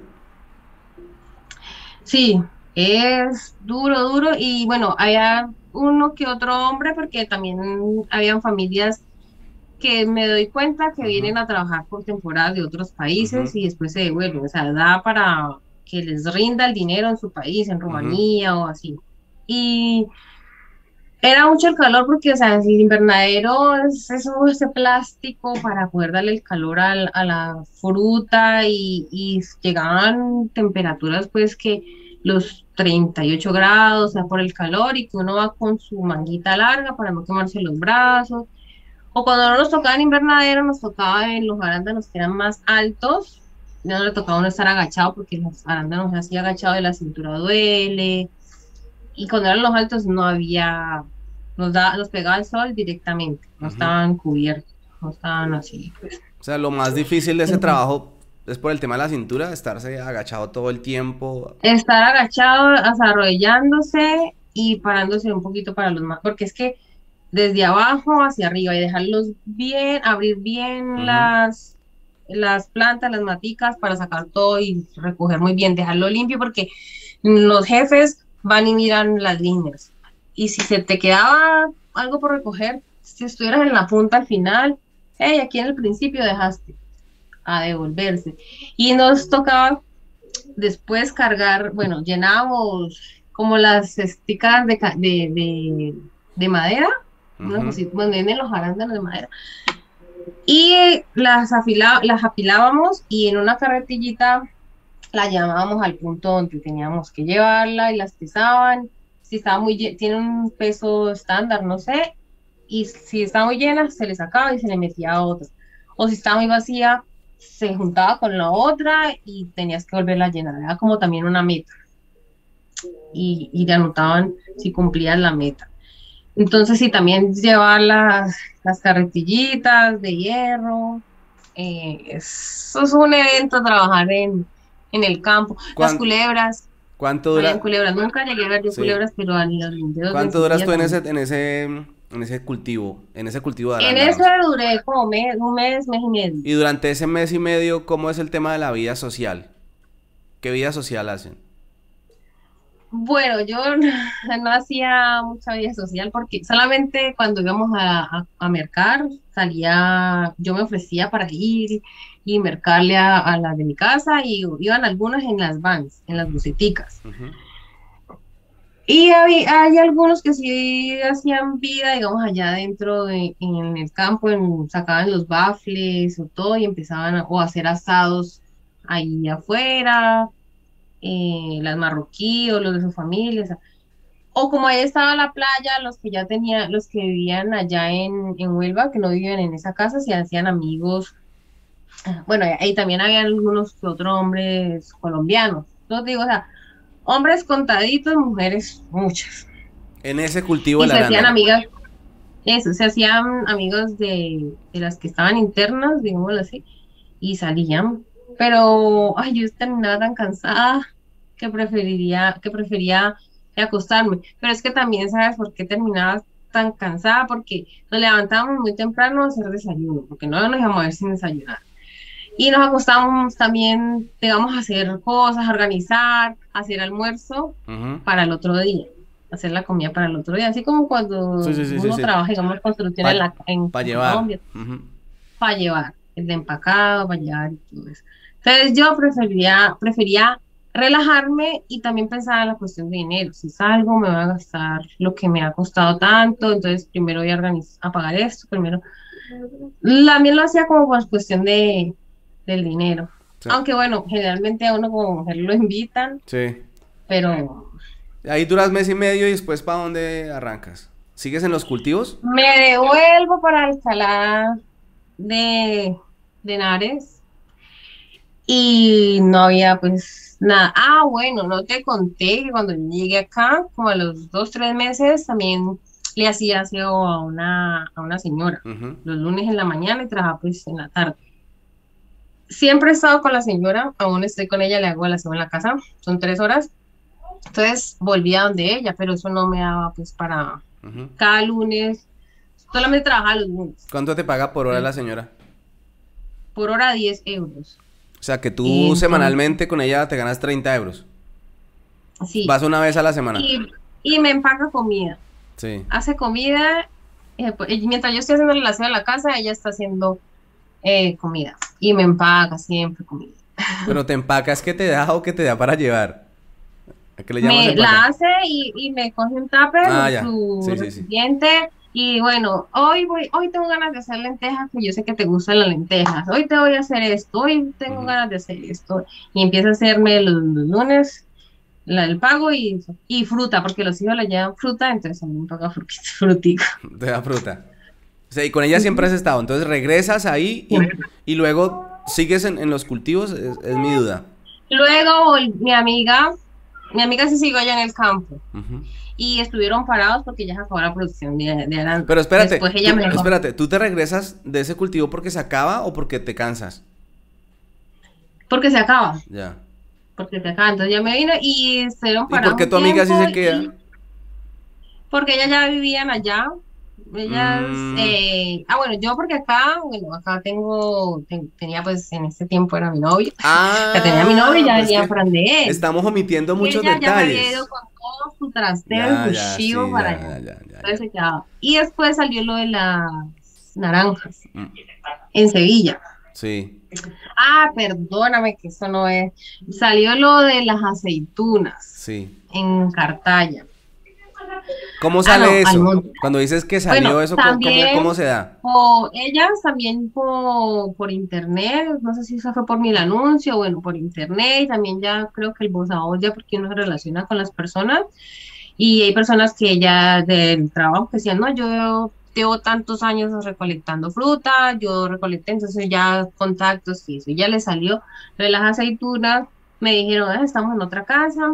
Sí, es duro, duro y bueno, había uno que otro hombre porque también habían familias que me doy cuenta que Ujú, vienen a trabajar por temporadas de otros países ujú, y después se devuelven, o sea, da para que les rinda el dinero en su país, en ujú, Rumanía o así. Y era mucho el calor porque, o sea, el invernadero es eso, ese plástico para poder darle el calor al- a la fruta y, y llegaban temperaturas pues que los treinta y ocho grados, o sea, por el calor y que uno va con su manguita larga para no quemarse los brazos. O cuando no nos tocaba en invernadero, nos tocaba en los arándanos que eran más altos, ya no le tocaba a uno estar agachado porque los arándanos así agachados de la cintura duele y cuando eran los altos no había, nos da, nos pegaba el sol directamente, no ujú. estaban cubiertos, no estaban así, pues. O sea, lo más difícil de ese Ujú. trabajo es por el tema de la cintura, estarse agachado todo el tiempo. Estar agachado, o sea, arrodillándose y parándose un poquito para los más, porque es que desde abajo hacia arriba y dejarlos bien, abrir bien Ujú, las, las plantas, las maticas para sacar todo y recoger muy bien, dejarlo limpio porque los jefes van y miran las líneas. Y si se te quedaba algo por recoger, si estuvieras en la punta al final, hey, aquí en el principio dejaste a devolverse. Y nos tocaba después cargar, bueno, llenábamos como las esticas de, ca- de, de, de madera, una ujú. cosita, bueno, vienen los arándanos de madera, y las, afila, las apilábamos y en una carretillita la llevábamos al punto donde teníamos que llevarla y las pesaban. Si estaba muy lle- tiene un peso estándar, no sé, y si estaba muy llena, se le sacaba y se le metía otra. O si estaba muy vacía, se juntaba con la otra y tenías que volverla a llenar. Era como también una meta y, y te anotaban si cumplías la meta. Entonces, sí, también llevar las, las carretillitas de hierro. Eh, eso es un evento trabajar en, en el campo. Las ¿Cuán- culebras, ¿Cuánto habían dura? culebras. Nunca llegué a ver yo Sí. culebras, pero a los linderos de ¿Cuánto duras Sevilla tú en ese, también. en ese, en ese cultivo, en ese cultivo de En ese arándanos? duré como mes, un mes, mes y medio. Y durante ese mes y medio, ¿cómo es el tema de la vida social? ¿Qué vida social hacen? Bueno, yo no hacía mucha vida social porque solamente cuando íbamos a, a, a mercar salía, yo me ofrecía para ir y mercarle a, a las de mi casa y iban algunas en las vans, en las buseticas. Ujú, Y hay, hay algunos que sí hacían vida, digamos, allá adentro de- en el campo, en- sacaban los bafles o todo y empezaban a, o a hacer asados ahí afuera, eh, las marroquí o los de sus familias. O como ahí estaba la playa, los que ya tenían, los que vivían allá en, en Huelva, que no vivían en esa casa, se hacían amigos. Ah, bueno, ahí también había algunos que otros hombres colombianos. Entonces digo, o sea, hombres contaditos, mujeres muchas. en ese cultivo Y del se hacían arándano. amigas, eso, se hacían amigos de, de las que estaban internas, digámoslo así, y salían. Pero, ay, yo terminaba tan cansada que preferiría, que prefería acostarme. Pero es que también, ¿sabes por qué terminaba tan cansada? Porque nos levantábamos muy temprano a hacer desayuno, porque no nos íbamos a ver sin desayunar. Y nos acostábamos también, digamos, a hacer cosas, a organizar, a hacer almuerzo Ujú. para el otro día. hacer la comida para el otro día, así como cuando Sí, sí, sí, sí, uno sí. trabaja, digamos, construcción en la, en Para llevar. Colombia, Ujú. para llevar, el de empacado, para llevar y todo eso. Entonces yo prefería, prefería relajarme y también pensaba en la cuestión de dinero. Si salgo, me voy a gastar lo que me ha costado tanto, entonces primero voy a organizar, a pagar esto, primero. También lo hacía como por cuestión de, del dinero. Sí. Aunque bueno, generalmente a uno como mujer lo invitan, Sí. pero Ahí duras mes y medio y después ¿para dónde arrancas? ¿Sigues en los cultivos? me devuelvo para Alcalá de, de Henares y no había pues nada. Ah, bueno, no te conté que cuando yo llegué acá, como a los dos, tres meses, también le hacía aseo a una, a una señora. Ujú. Los lunes en la mañana y trabajaba pues en la tarde. Siempre he estado con la señora, aún estoy con ella, le hago el aseo en la casa, son tres horas. Entonces volví a donde ella, pero eso no me daba pues para Ujú. cada lunes, solamente trabajaba los lunes. ¿Cuánto te paga por hora la Entonces, señora? por hora diez euros. O sea, que tú Entonces, semanalmente con ella te ganas treinta euros. sí. Vas una vez a la semana. Y, y me empaca comida. Sí. Hace comida, eh, pues, y mientras yo estoy haciendo el aseo de la casa, ella está haciendo eh, comida. Y me empaca siempre comida. Pero te empacas que te da o que te da para llevar. ¿A qué le llamas Me empacar? la hace y, y me coge un tupper, Ah, en ya. su Sí, sí, sí. recipiente. Y bueno, hoy voy, hoy tengo ganas de hacer lentejas, que yo sé que te gustan las lentejas. Hoy te voy a hacer esto, hoy tengo Ujú. ganas de hacer esto. Y empieza a hacerme los, los lunes la, el pago y, y fruta, porque los hijos le llevan fruta, entonces a mí me paga frut- frutica. Te da fruta. O sea, y con ella siempre Ujú. has estado. Entonces regresas ahí y, y luego sigues en, en los cultivos, es, es mi duda. Luego vol- mi amiga, mi amiga se siguió allá en el campo Ujú. y estuvieron parados porque ya se acabó la producción de, de arándano. Pero espérate, Después ella tú, me dijo, espérate, ¿tú te regresas de ese cultivo porque se acaba o porque te cansas? porque se acaba. Ya. Porque se acaba. Entonces ya me vino y estuvieron ¿Y por parados qué un tu amiga sí tiempo se queda? y porque ellas ya vivían allá. Ellas, Mm, eh, ah, bueno, yo porque acá, bueno, acá tengo, ten- tenía pues en ese tiempo era mi novio, ya tenía mi novio y ah, ya pues venía que Fran de él. estamos omitiendo Y muchos ella ya se había ido detalles. con todo su trasteo y Ya, su ya, chivo sí, para ya, allá. ya, ya, ya, Entonces ya. se quedaba. Y después salió lo de las naranjas Mm, en Sevilla. sí, Ah, perdóname que eso no es. Salió lo de las aceitunas sí. en Cartaya. ¿Cómo Ah, sale no, al eso? monte. Cuando dices que Bueno, salió eso, ¿cómo, cómo, también cómo se da? o ellas también por, por internet, no sé si eso fue por mi anuncio, bueno, por internet, y también ya creo que el voz a voz ya porque uno se relaciona con las personas, y hay personas que ya del trabajo que decían, no, yo llevo tantos años recolectando fruta, yo recolecté, entonces ya contactos y eso, y ya le salió lo de las aceitunas, me dijeron, "Ah, estamos en otra casa,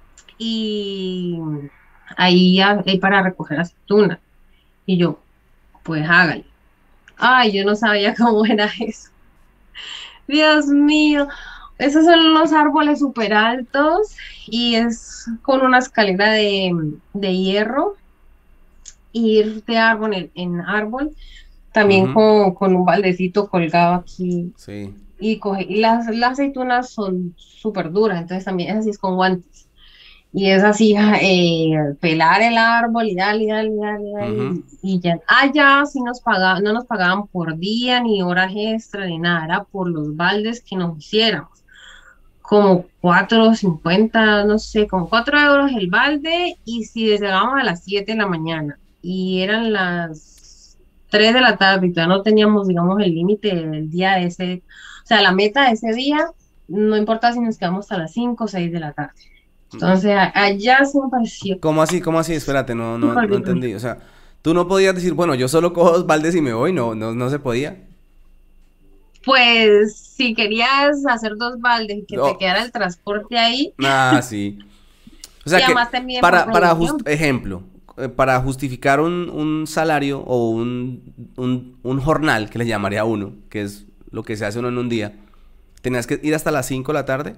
y ahí hay hay para recoger aceitunas, y yo, pues hágale. Ay, yo no sabía cómo era eso. Dios mío, esos son unos árboles súper altos y es con una escalera de, de hierro, ir de árbol en, en árbol, también Ujú, con, con un baldecito colgado aquí sí. y coge, y las, las aceitunas son súper duras, entonces también es así es con guantes. Y es así, ja, eh, pelar el árbol y dale, y dale, y dale, y dale, Ujú. y, y ya. Ah, ya sí nos pagaban, no nos pagaban por día, ni horas extra, ni nada, era por los baldes que nos hiciéramos. Como cuatro cincuenta, no sé, como cuatro euros el balde, y si llegábamos a las siete de la mañana, y eran las tres de la tarde, y todavía no teníamos, digamos, el límite del día de ese, o sea, la meta de ese día, no importa si nos quedamos hasta las cinco o seis de la tarde. Entonces, a- allá se me pareció ¿Cómo así? ¿Cómo así? Espérate, no, no, súper no bien. entendí. O sea, tú no podías decir, bueno, yo solo cojo dos baldes y me voy. No, no, no se podía. Pues, si querías hacer dos baldes y que te No. quedara el transporte ahí, Ah, sí. O y sea que además también por para, para producción. just- ejemplo, eh, para justificar un, un salario o un, un, un jornal, que le llamaría a uno, que es lo que se hace uno en un día, tenías que ir hasta las cinco de la tarde.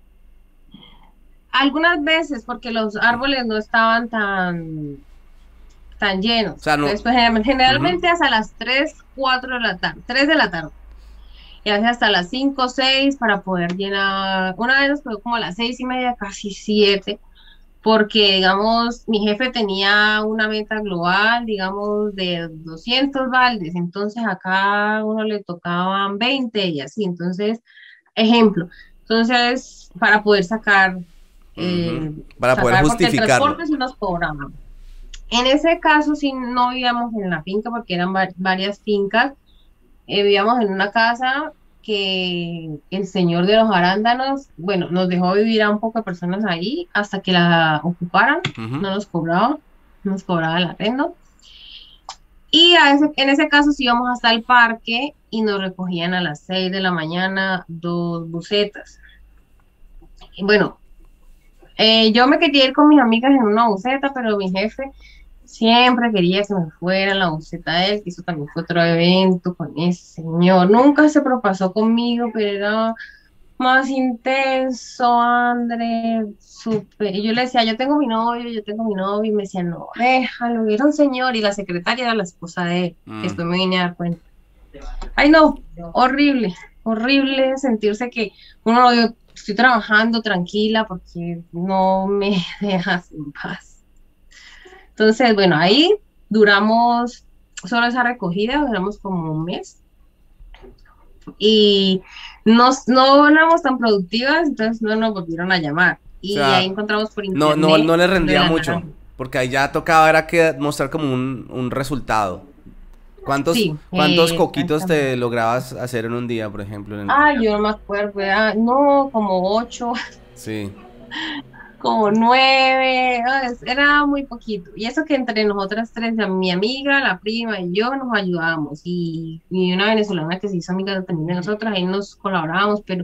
Algunas veces, porque los árboles no estaban tan, tan O llenos. sea, no. Entonces, pues, generalmente Ujú. generalmente hasta las tres cuatro de la tarde, tres de la tarde. Y hace hasta las cinco seis para poder llenar. Una vez nos quedó como a las seis y media, casi siete. porque, digamos, mi jefe tenía una meta global, digamos, de doscientos baldes, entonces a cada uno le tocaban veinte y así, entonces, ejemplo, entonces, para poder sacar, Ujú. eh, Para poder sacar, porque el justificarlo. transporte sí nos cobraba. En ese caso, sí no vivíamos en la finca, porque eran va- varias fincas, eh, vivíamos en una casa que el señor de los arándanos, bueno, nos dejó vivir a un poco de personas ahí hasta que la ocuparan, Ujú. no nos cobraba, no nos cobraba el arrendo. Y a ese- en ese caso sí íbamos hasta el parque y nos recogían a las seis de la mañana dos busetas. Y bueno, eh, yo me quería ir con mis amigas en una buseta, pero mi jefe siempre quería que me fuera en la buseta de él, que eso también fue otro evento con ese señor. Nunca se propasó conmigo, pero era más intenso, André, súper. Y yo le decía, yo tengo mi novio, yo tengo mi novio, y me decía, no, déjalo, era un señor, y la secretaria era la esposa de él, que Mm. después me vine a dar cuenta. Ay, no, horrible, horrible sentirse que uno, yo estoy trabajando tranquila porque no me dejas en paz. Entonces, bueno, ahí duramos, solo esa recogida, duramos como un mes y nos, no éramos tan productivas, entonces no nos volvieron a llamar. O Y ahí sea, encontramos por no, no, internet no le lo de rendía la mucho, naranja. porque ahí ya tocaba era que mostrar como un, un resultado. ¿Cuántos, Sí, cuántos eh, coquitos exactamente. te lograbas hacer en un día, por ejemplo? En el- Ah, yo no me acuerdo, era, no, como ocho, Sí. como nueve, ah, es- era muy poquito. Y eso que entre nosotras tres, la- mi amiga, la prima y yo nos ayudábamos. Y, y una venezolana que se hizo amiga también de nosotras, ahí nos colaborábamos, pero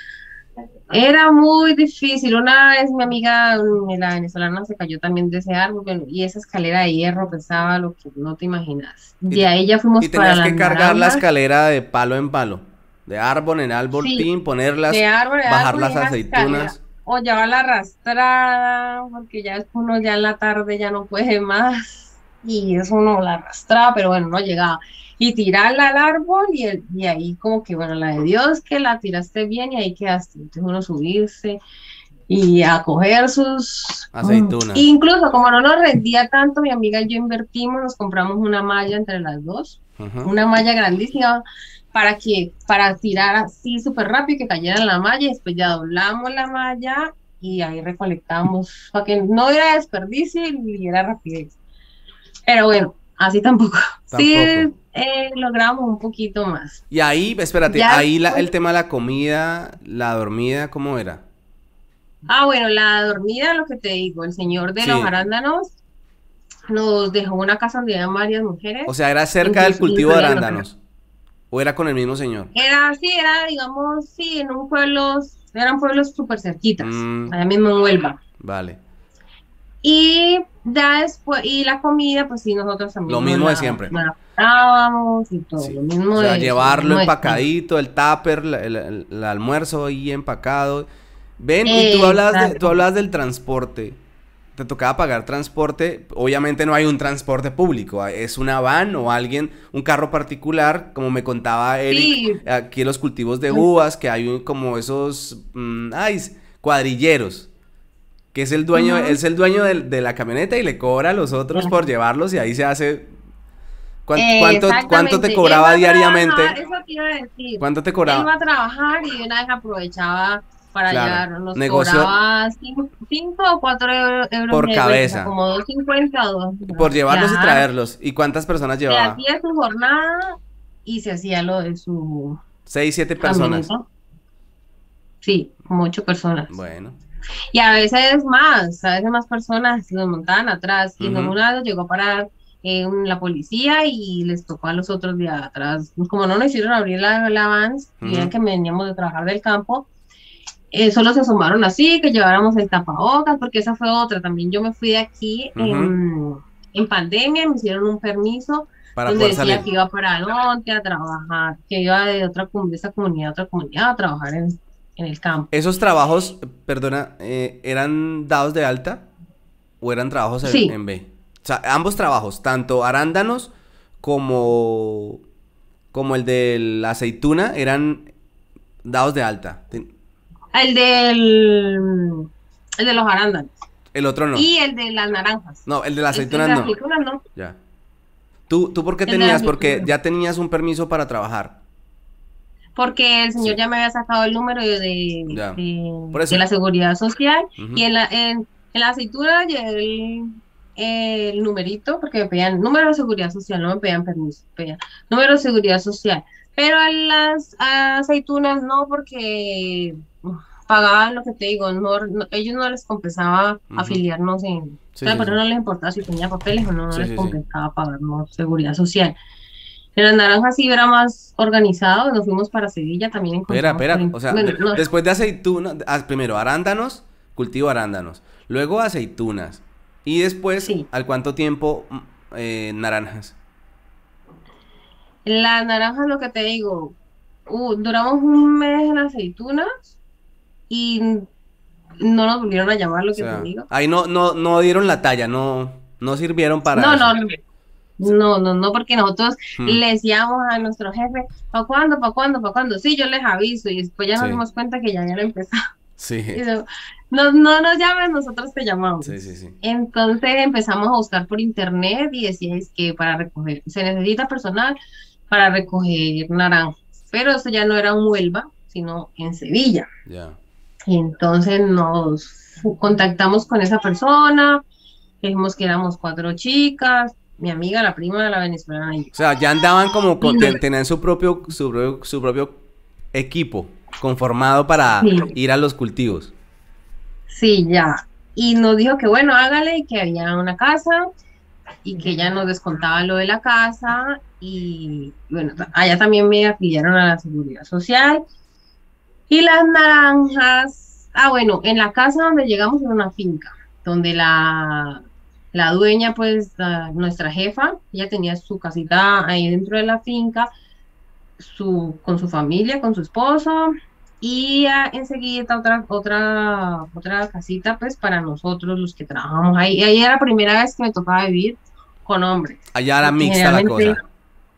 era muy difícil. Una vez mi amiga, mm, la venezolana, se cayó también de ese árbol, bueno, y esa escalera de hierro pesaba lo que no te imaginas. Y, De te- ahí ya y fuimos para tenías las que cargar la naranjas. escalera de palo en palo, de árbol en árbol, Sí, tin, de ponerlas, árbol de bajar árbol y las esa escalera. aceitunas. O llevarla arrastrada, porque ya es uno ya en la tarde ya no puede más. Y eso uno la arrastraba, pero bueno, no llegaba. Y tirarla al árbol y, el- y ahí como que, bueno, la de Dios que la tiraste bien y ahí quedaste. Entonces uno subirse y a coger sus... mm, Aceitunas. Incluso como no nos rendía tanto, mi amiga y yo invertimos, nos compramos una malla entre las dos, Ujú. una malla grandísima para que, para tirar así súper rápido y que cayera en la malla y después ya doblamos la malla y ahí recolectamos para que no hubiera desperdicio y hubiera rapidez. Pero bueno, así tampoco. Sí, Tampoco. eh, logramos un poquito más. Y ahí, espérate, Ya ahí la- después, el tema de la comida, la dormida, ¿cómo era? ah, bueno, la dormida, lo que te digo, el señor de los Sí, arándanos nos dejó una casa donde había varias o mujeres, sea, ¿era cerca del incluso, cultivo de incluía nosotros. arándanos? ¿O era con el mismo señor? Era así, era, digamos, sí, en un pueblo, eran pueblos súper cerquitas, Mm, allá mismo en Huelva. vale. Y ya después, y la comida, pues sí, nosotros Lo también nos mismo de la, siempre. nos la preparábamos y todo, Sí. lo O mismo sea, de eso, lo llevarlo mismo de siempre. empacadito, el tupper, la- el, el- el almuerzo ahí empacado. Ven, y tú hablabas de, tú Exacto. hablabas del transporte. Te tocaba pagar transporte. Obviamente no hay un transporte público. Es una van o alguien, un carro particular, como me contaba Eric, Sí, aquí en los cultivos de uvas, que hay un- como esos, mm, ay, que es el dueño, ujú. es el dueño del- de, la camioneta y le cobra a los otros por llevarlos y ahí se hace. ¿Cuánto, cuánto, cuánto te Exactamente, él cobraba va a trabajar, diariamente? eso te iba a decir, ¿Cuánto te él va cobraba? a trabajar y de una vez aprovechaba para Claro, llevar, nos negocio cobraba cinco, cinco o cuatro euro- euros por de vuelta, o sea, cabeza, como dos cincuenta o dos, por llevarlos y claro, traerlos. ¿Y cuántas personas se llevaba? hacía su jornada y se hacía lo de su Seis, siete personas. camioneta, sí, como ocho personas. Bueno. Y a veces más, a veces más personas nos montaban atrás. Y en Ujú, una vez llegó a parar eh, un- la policía y les tocó a los otros de atrás. Como no nos hicieron abrir la, la van, y veían ujú, que veníamos de trabajar del campo, eh, solo se asomaron así, que lleváramos el tapabocas, porque esa fue otra. También yo me fui de aquí ujú, en, en pandemia, me hicieron un permiso para donde poder decía salir. que iba para Alonte a trabajar, que iba de otra com- de esa comunidad a otra comunidad a trabajar en, en el campo. ¿Esos trabajos, perdona, eh, eran dados de alta o eran trabajos en, Sí, en B? O sea, ambos trabajos, tanto arándanos como, como el de la aceituna, eran dados de alta. Ten- el del, el de los arándanos. El otro no. Y el de las naranjas. No, el de las El, el aceitunas de no. las aceitunas no. Ya. ¿Tú, tú por qué El de tenías? las Porque aceitunas. ya tenías un permiso para trabajar. Porque el señor Sí. ya me había sacado el número de, de, Ya. Por de- eso. de la seguridad social Ujú. y en la, en, en la aceituna llevé el, el numerito porque me pedían número de seguridad social, no me pedían permiso, me pedían número de seguridad social. Pero en las aceitunas no, porque uf, pagaban lo que te digo, no, no- ellos no les compensaba Ujú. afiliarnos en, o Sí, sea, sí, pero sí. no les importaba si tenía papeles o no, no Sí, les sí, sí. compensaba pagarnos seguridad social. En las naranjas sí era más organizado, nos fuimos para Sevilla, también Espera, encontramos por... espera. in- O sea, Bueno, de- no, después de aceitunas, ah, primero arándanos, cultivo arándanos. Luego aceitunas. Y después, sí. ¿al cuánto tiempo mm, eh, naranjas? Las naranjas, lo que te digo, uh, duramos un mes en aceitunas y no nos volvieron a llamar, O lo que te sea, digo. ahí no, no, no dieron la talla, no, no sirvieron para No, eso. no, no, no, no, no, porque nosotros Hmm, le decíamos a nuestro jefe, ¿para cuándo, para cuándo, para cuándo? Sí, yo les aviso y después ya nos sí, dimos cuenta que ya habían empezado. Y sí, yo, no, no nos llames, nosotros te sí, sí, llamamos. sí. Entonces empezamos a buscar por internet y decíais que para recoger, se necesita personal para recoger naranjas, pero eso ya no era en Huelva, sino en Sevilla. Ya. Y entonces nos fu- contactamos con esa persona, dijimos que éramos cuatro chicas, mi amiga, la prima de la venezolana y yo. O sea, ya andaban como Y con, nos- ten- tenían su propio, su propio, su propio equipo conformado para sí, ir a los cultivos. sí, ya. Y nos dijo que bueno, hágale, que había una casa y que ella nos descontaba lo de la casa y bueno, ta- allá también me afiliaron a la seguridad social y las naranjas, ah bueno, en la casa donde llegamos era una finca, donde la, la dueña, pues la- nuestra jefa, ella tenía su casita ahí dentro de la finca, su, con su familia, con su esposo. Y ah, enseguida otra, otra, otra casita, pues para nosotros los que trabajamos ahí. Y ahí era la primera vez que me tocaba vivir con hombres, Allá era porque mixta la generalmente, cosa.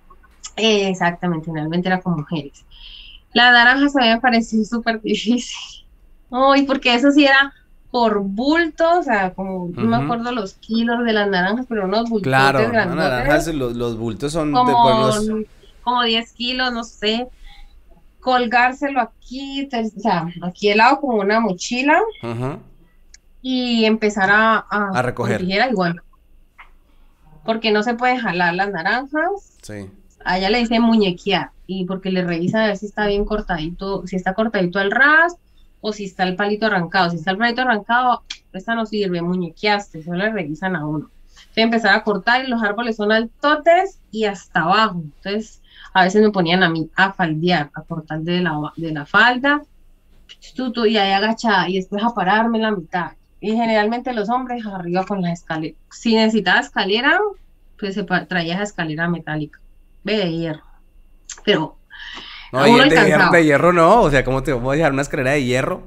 eh, exactamente, generalmente era con mujeres. La naranja se me pareció súper difícil. Ay, porque eso sí era por bulto, o sea, como no me Ujú. acuerdo los kilos de las naranjas, pero unos bultotes Claro, una naranja, grandotes, los, los bultos son de por como, unos... como diez kilos, no sé, colgárselo aquí, te- o sea, aquí al lado como una mochila Ajá, y empezar a, a a con recoger. tijera igual, porque no se puede jalar las naranjas. Sí. Allá le dicen muñequear y porque le revisan a ver si está bien cortadito, si está cortadito al ras o si está el palito arrancado. Si está el palito arrancado, esta no sirve, muñequeaste, solo le revisan a uno. Entonces empezar a cortar y los árboles son altotes y hasta abajo. Entonces a veces me ponían a mí a faldear, a cortar de la, de la falda tú, tú, y ahí agachada y después a pararme en la mitad. Y generalmente los hombres arriba con la escalera. Si necesitaba escalera, pues se pa- traía esa escalera metálica, ve de hierro. Pero No, uno y de hierro, alcanzaba. de hierro no, o sea, ¿cómo te voy a dejar una escalera de hierro?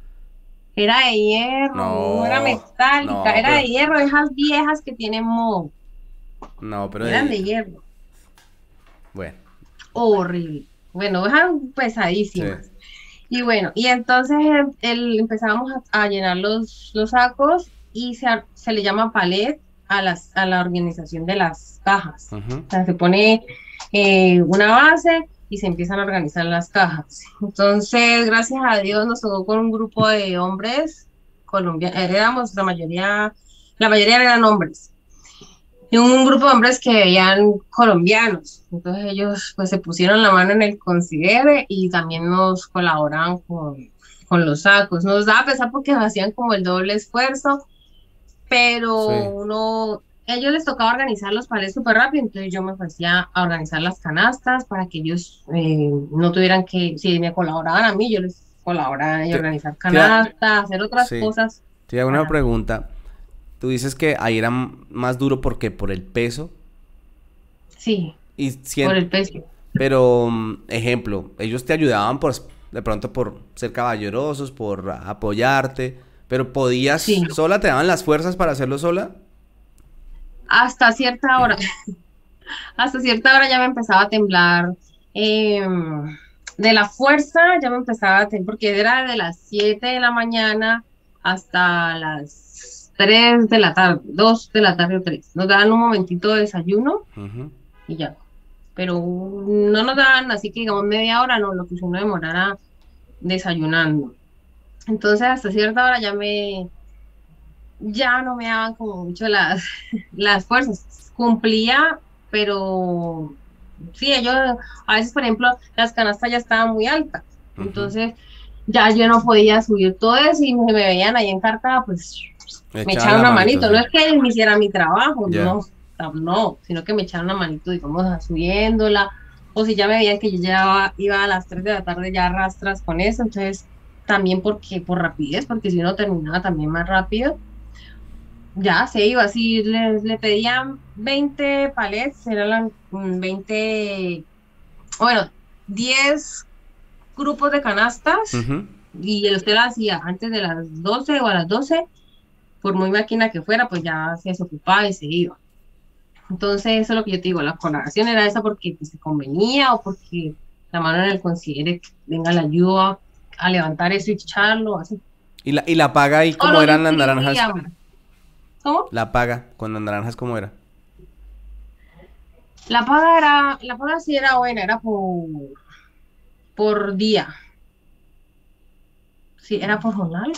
Era de hierro, no era No, metálica, no, era pero, de hierro, esas viejas que tienen moho, no, pero eran de de, hierro. bueno, Horrible. Bueno, eran sí, pesadísimas. Y bueno, y entonces el, el- empezábamos a, a llenar los, los sacos y se, ar- se le llama palet a, las, a la organización de las cajas. ujú. O sea, se pone eh, una base y se empiezan a organizar las cajas. Entonces, gracias a Dios, nos tocó con un grupo de hombres colombianos, éramos la mayoría, la mayoría eran hombres y un grupo de hombres que veían colombianos. Entonces ellos pues se pusieron la mano en el considere y también nos colaboraban con, con los sacos. Nos daba pesar porque hacían como el doble esfuerzo, pero Sí. uno, ellos les tocaba organizar los palés súper rápido, entonces yo me ofrecía a organizar las canastas para que ellos eh, no tuvieran que, si me colaboraban a mí, yo les colaboraba y Te, organizar te da- canastas, hacer otras sí, cosas. te hago una Para, pregunta. Tú dices que ahí era m- más duro porque por el peso sí, y por sien- el peso. pero mm, ejemplo, ellos te ayudaban por de pronto por ser caballerosos, por apoyarte, pero podías Sí, sola, te daban las fuerzas para hacerlo sola. hasta cierta hora. Hasta cierta hora ya me empezaba a temblar eh, de la fuerza, ya me empezaba a temblar, porque era de las siete de la mañana hasta las tres de la tarde, dos de la tarde o tres. Nos daban un momentito de desayuno Ujú. y ya. Pero no nos daban así que digamos media hora, no, lo que uno demorara desayunando. Entonces hasta cierta hora ya me, ya no me daban como mucho las, las fuerzas. Cumplía, pero sí, ellos, a veces, por ejemplo, las canastas ya estaban muy altas. Ujú. Entonces, ya yo no podía subir todo eso y me veían ahí encartada, pues Le me echaban echaron la una manito, manito. No sí. es que me hiciera mi trabajo, Ya. no, no, sino que me echaron una manito, digamos, a- subiéndola. O si ya me veían que yo ya iba a las tres de la tarde ya arrastras con eso, entonces también porque por rapidez, porque si uno terminaba también más rápido ya se iba, así le, le pedían veinte palets, eran las, mm, veinte, bueno, diez grupos de canastas Ujú. y el usted lo hacía antes de las doce o a las doce por muy máquina que fuera, pues ya se desocupaba y se iba. Entonces, eso es lo que yo te digo, la colaboración era esa porque pues, se convenía o porque la mano en el considere que venga la ayuda a levantar eso y echarlo, así. ¿Y la, y la paga ahí O cómo lo eran las naranjas? distribuíamos. ¿Cómo? La paga con las naranjas, ¿cómo era? La paga era, la paga sí era buena, era por, por día. Sí, era por jornal.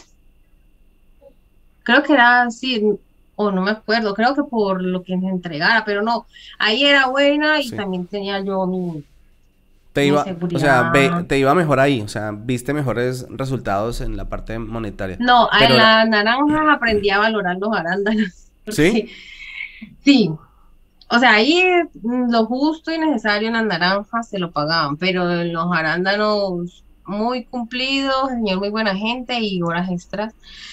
Creo que era así, o no me acuerdo, creo que por lo que me entregara, pero no, ahí era buena y Sí. también tenía yo mi, Te mi iba, o sea, ve, seguridad. te iba mejor ahí, o sea, viste mejores resultados en la parte monetaria. No, en Pero, la- las naranjas aprendí a valorar los arándanos, ¿sí? porque sí, o sea, ahí mm, lo justo y necesario en las naranjas se lo pagaban, pero en los arándanos muy cumplidos, señor muy buena gente y horas extras.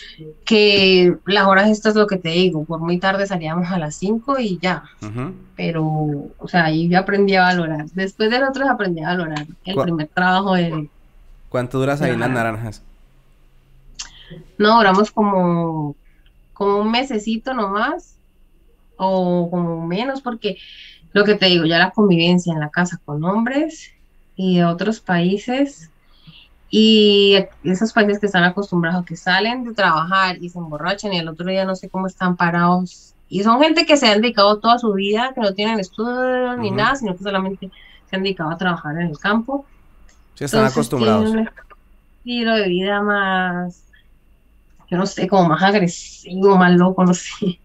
Que las horas estas es lo que te digo, por muy tarde salíamos a las cinco y ya, Ujú. pero, o sea, ahí yo aprendí a valorar. Después del otro aprendí a valorar el ¿Cu- primer trabajo de, ¿Cuánto duras de ahí los en las árabes. naranjas? No, duramos como, como un mesecito nomás, o como menos, porque lo que te digo, ya la convivencia en la casa con hombres y de otros países. Y esos países que están acostumbrados a que salen de trabajar y se emborrachan y el otro día no sé cómo están parados. Y son gente que se han dedicado toda su vida, que no tienen estudios ni Ujú. nada, sino que solamente se han dedicado a trabajar en el campo. Sí, están Entonces tienen acostumbrados. un estilo de vida más, yo no sé, como más agresivo, más loco, no sé.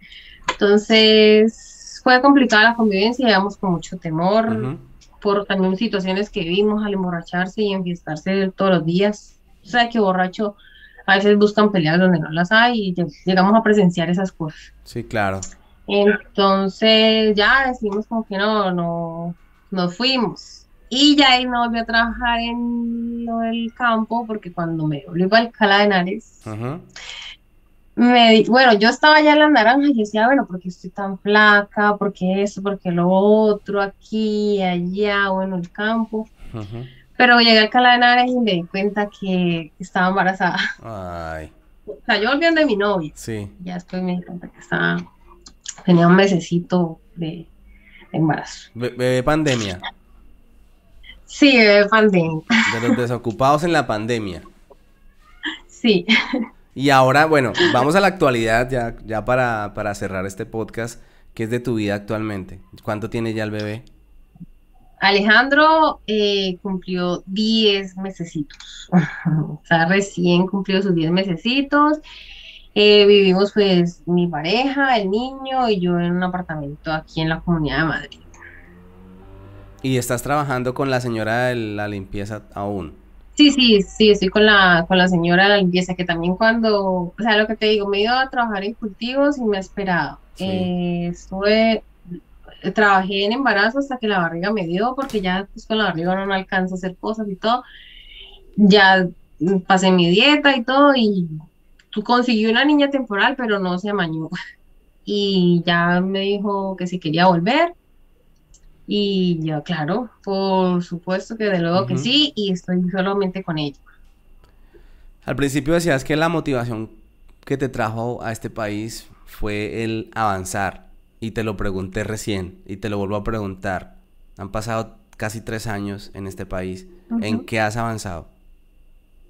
Entonces fue complicada la convivencia, íbamos con mucho temor Ujú. por también situaciones que vimos al emborracharse y enfiestarse todos los días. O sea, que borracho a veces buscan peleas donde no las hay y lleg- llegamos a presenciar esas cosas. Sí, claro. Entonces ya decidimos como que no, no, nos fuimos. Y ya ahí me volví a trabajar en lo del campo porque cuando me volví para Alcalá de Henares, Ujú. me, di- bueno, yo estaba ya en las naranjas y decía, bueno, ¿por qué estoy tan flaca? ¿Por qué eso? ¿Por qué lo otro? Aquí, allá, bueno, el campo. Ujú. Pero llegué a Alcalá de Henares y me di cuenta que estaba embarazada. Ay, O sea, yo volviendo de mi novia. sí. Ya después me di cuenta que estaba, tenía un mesecito de, de embarazo. Be- bebé pandemia. Sí, de pandemia. De los desocupados en la pandemia. Sí. Y ahora, bueno, vamos a la actualidad ya, ya para, para cerrar este podcast. ¿Qué es de tu vida actualmente? ¿Cuánto tiene ya el bebé? Alejandro eh, cumplió diez mesecitos. O sea, recién cumplió sus diez mesecitos. Eh, vivimos pues mi pareja, el niño y yo en un apartamento aquí en la Comunidad de Madrid. ¿Y estás trabajando con la señora de la limpieza aún? Sí, sí, sí, estoy con la, con la señora de la limpieza, que también cuando, o sea, lo que te digo, me he ido a trabajar en cultivos y me ha esperado. Sí. Eh, estuve, trabajé en embarazo hasta que la barriga me dio, porque ya pues, con la barriga uno no alcanza a hacer cosas y todo. Ya mm, pasé mi dieta y todo y tú conseguí una niña temporal, pero no se amañó. Y ya me dijo que si quería volver. Y yo, claro, por supuesto que de luego que Ujú. sí, y estoy solamente con ella. Al principio decías que la motivación que te trajo a este país fue el avanzar. Y te lo pregunté recién y te lo vuelvo a preguntar. Han pasado casi tres años en este país. ¿En Ujú. qué has avanzado?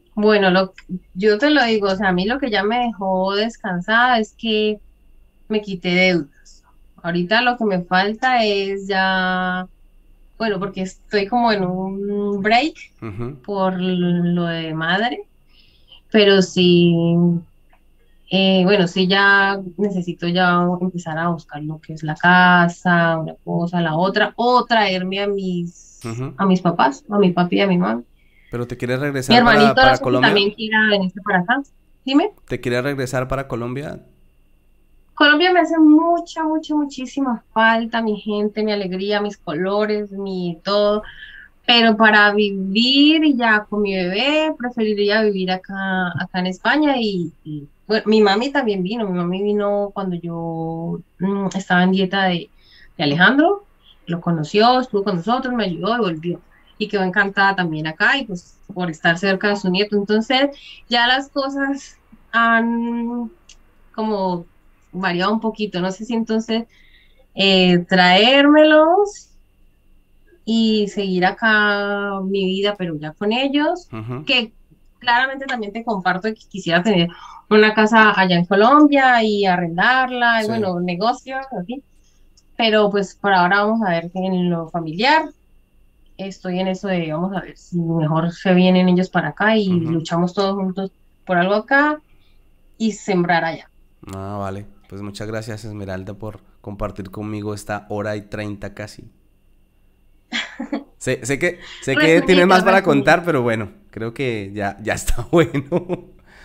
Bueno, lo, yo te lo digo, o sea, a mí lo que ya me dejó descansada es que me quité deudas. Ahorita lo que me falta es ya, bueno, porque estoy como en un break Ujú. por lo de madre, pero sí, eh, bueno, sí ya necesito ya empezar a buscar lo que es la casa, una cosa, la otra, o traerme a mis, Ujú. a mis papás, a mi papi y a mi mamá. ¿Pero te quieres Mi regresar para, hermanito, no para sé si Colombia? también quiera venirse para acá. Dime. ¿Te quieres regresar para Colombia? Colombia me hace mucha, mucha, muchísima falta, mi gente, mi alegría, mis colores, mi todo. Pero para vivir ya con mi bebé, preferiría vivir acá, acá en España. Y, y, bueno, mi mami también vino. Mi mami vino cuando yo mm, estaba en dieta de, de Alejandro. Lo conoció, estuvo con nosotros, me ayudó y volvió. Y quedó encantada también acá y pues por estar cerca de su nieto. Entonces ya las cosas han como variado un poquito. No sé si entonces eh, traérmelos y seguir acá mi vida, pero ya con ellos, Ujú. que claramente también te comparto que quisiera tener una casa allá en Colombia y arrendarla, y Sí. bueno, negocios, así. Pero pues por ahora vamos a ver que en lo familiar. Estoy en eso de, vamos a ver si mejor se vienen ellos para acá y Ujú. luchamos todos juntos por algo acá y sembrar allá. Ah, vale. Pues muchas gracias, Esmeralda, por compartir conmigo esta hora y treinta casi. Sé, sé que, sé que tienes Resumido, más para resumido. contar, pero bueno, creo que ya, ya está bueno.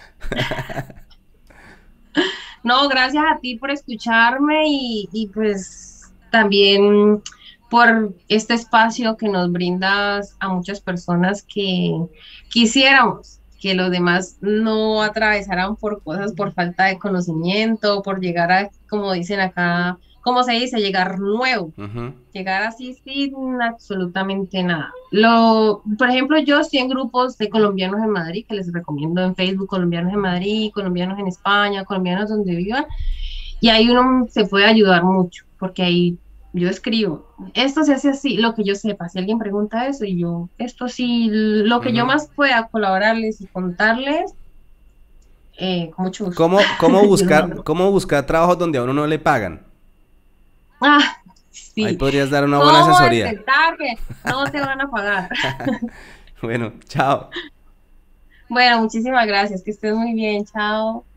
No, gracias a ti por escucharme y, y pues también por este espacio que nos brindas a muchas personas que quisiéramos que los demás no atravesaran por cosas por falta de conocimiento, por llegar a, como dicen acá, ¿cómo se dice? Llegar nuevo. Ujú. Llegar así sin absolutamente nada. Lo, por ejemplo, yo estoy en grupos de colombianos en Madrid, que les recomiendo en Facebook, colombianos en Madrid, colombianos en España, colombianos donde vivan, y ahí uno se puede ayudar mucho, porque ahí yo escribo, esto se hace así, lo que yo sepa, si alguien pregunta eso, y yo, esto sí, lo que yo Ujú. más pueda colaborarles y contarles, eh, con mucho gusto. ¿Cómo, cómo Yo los buscar, hago. cómo buscar trabajos donde a uno no le pagan? Ah, Ahí sí. podrías dar una buena ¿Cómo asesoría. detectar que no te van a pagar? Bueno, chao. Bueno, muchísimas gracias, que estés muy bien, chao.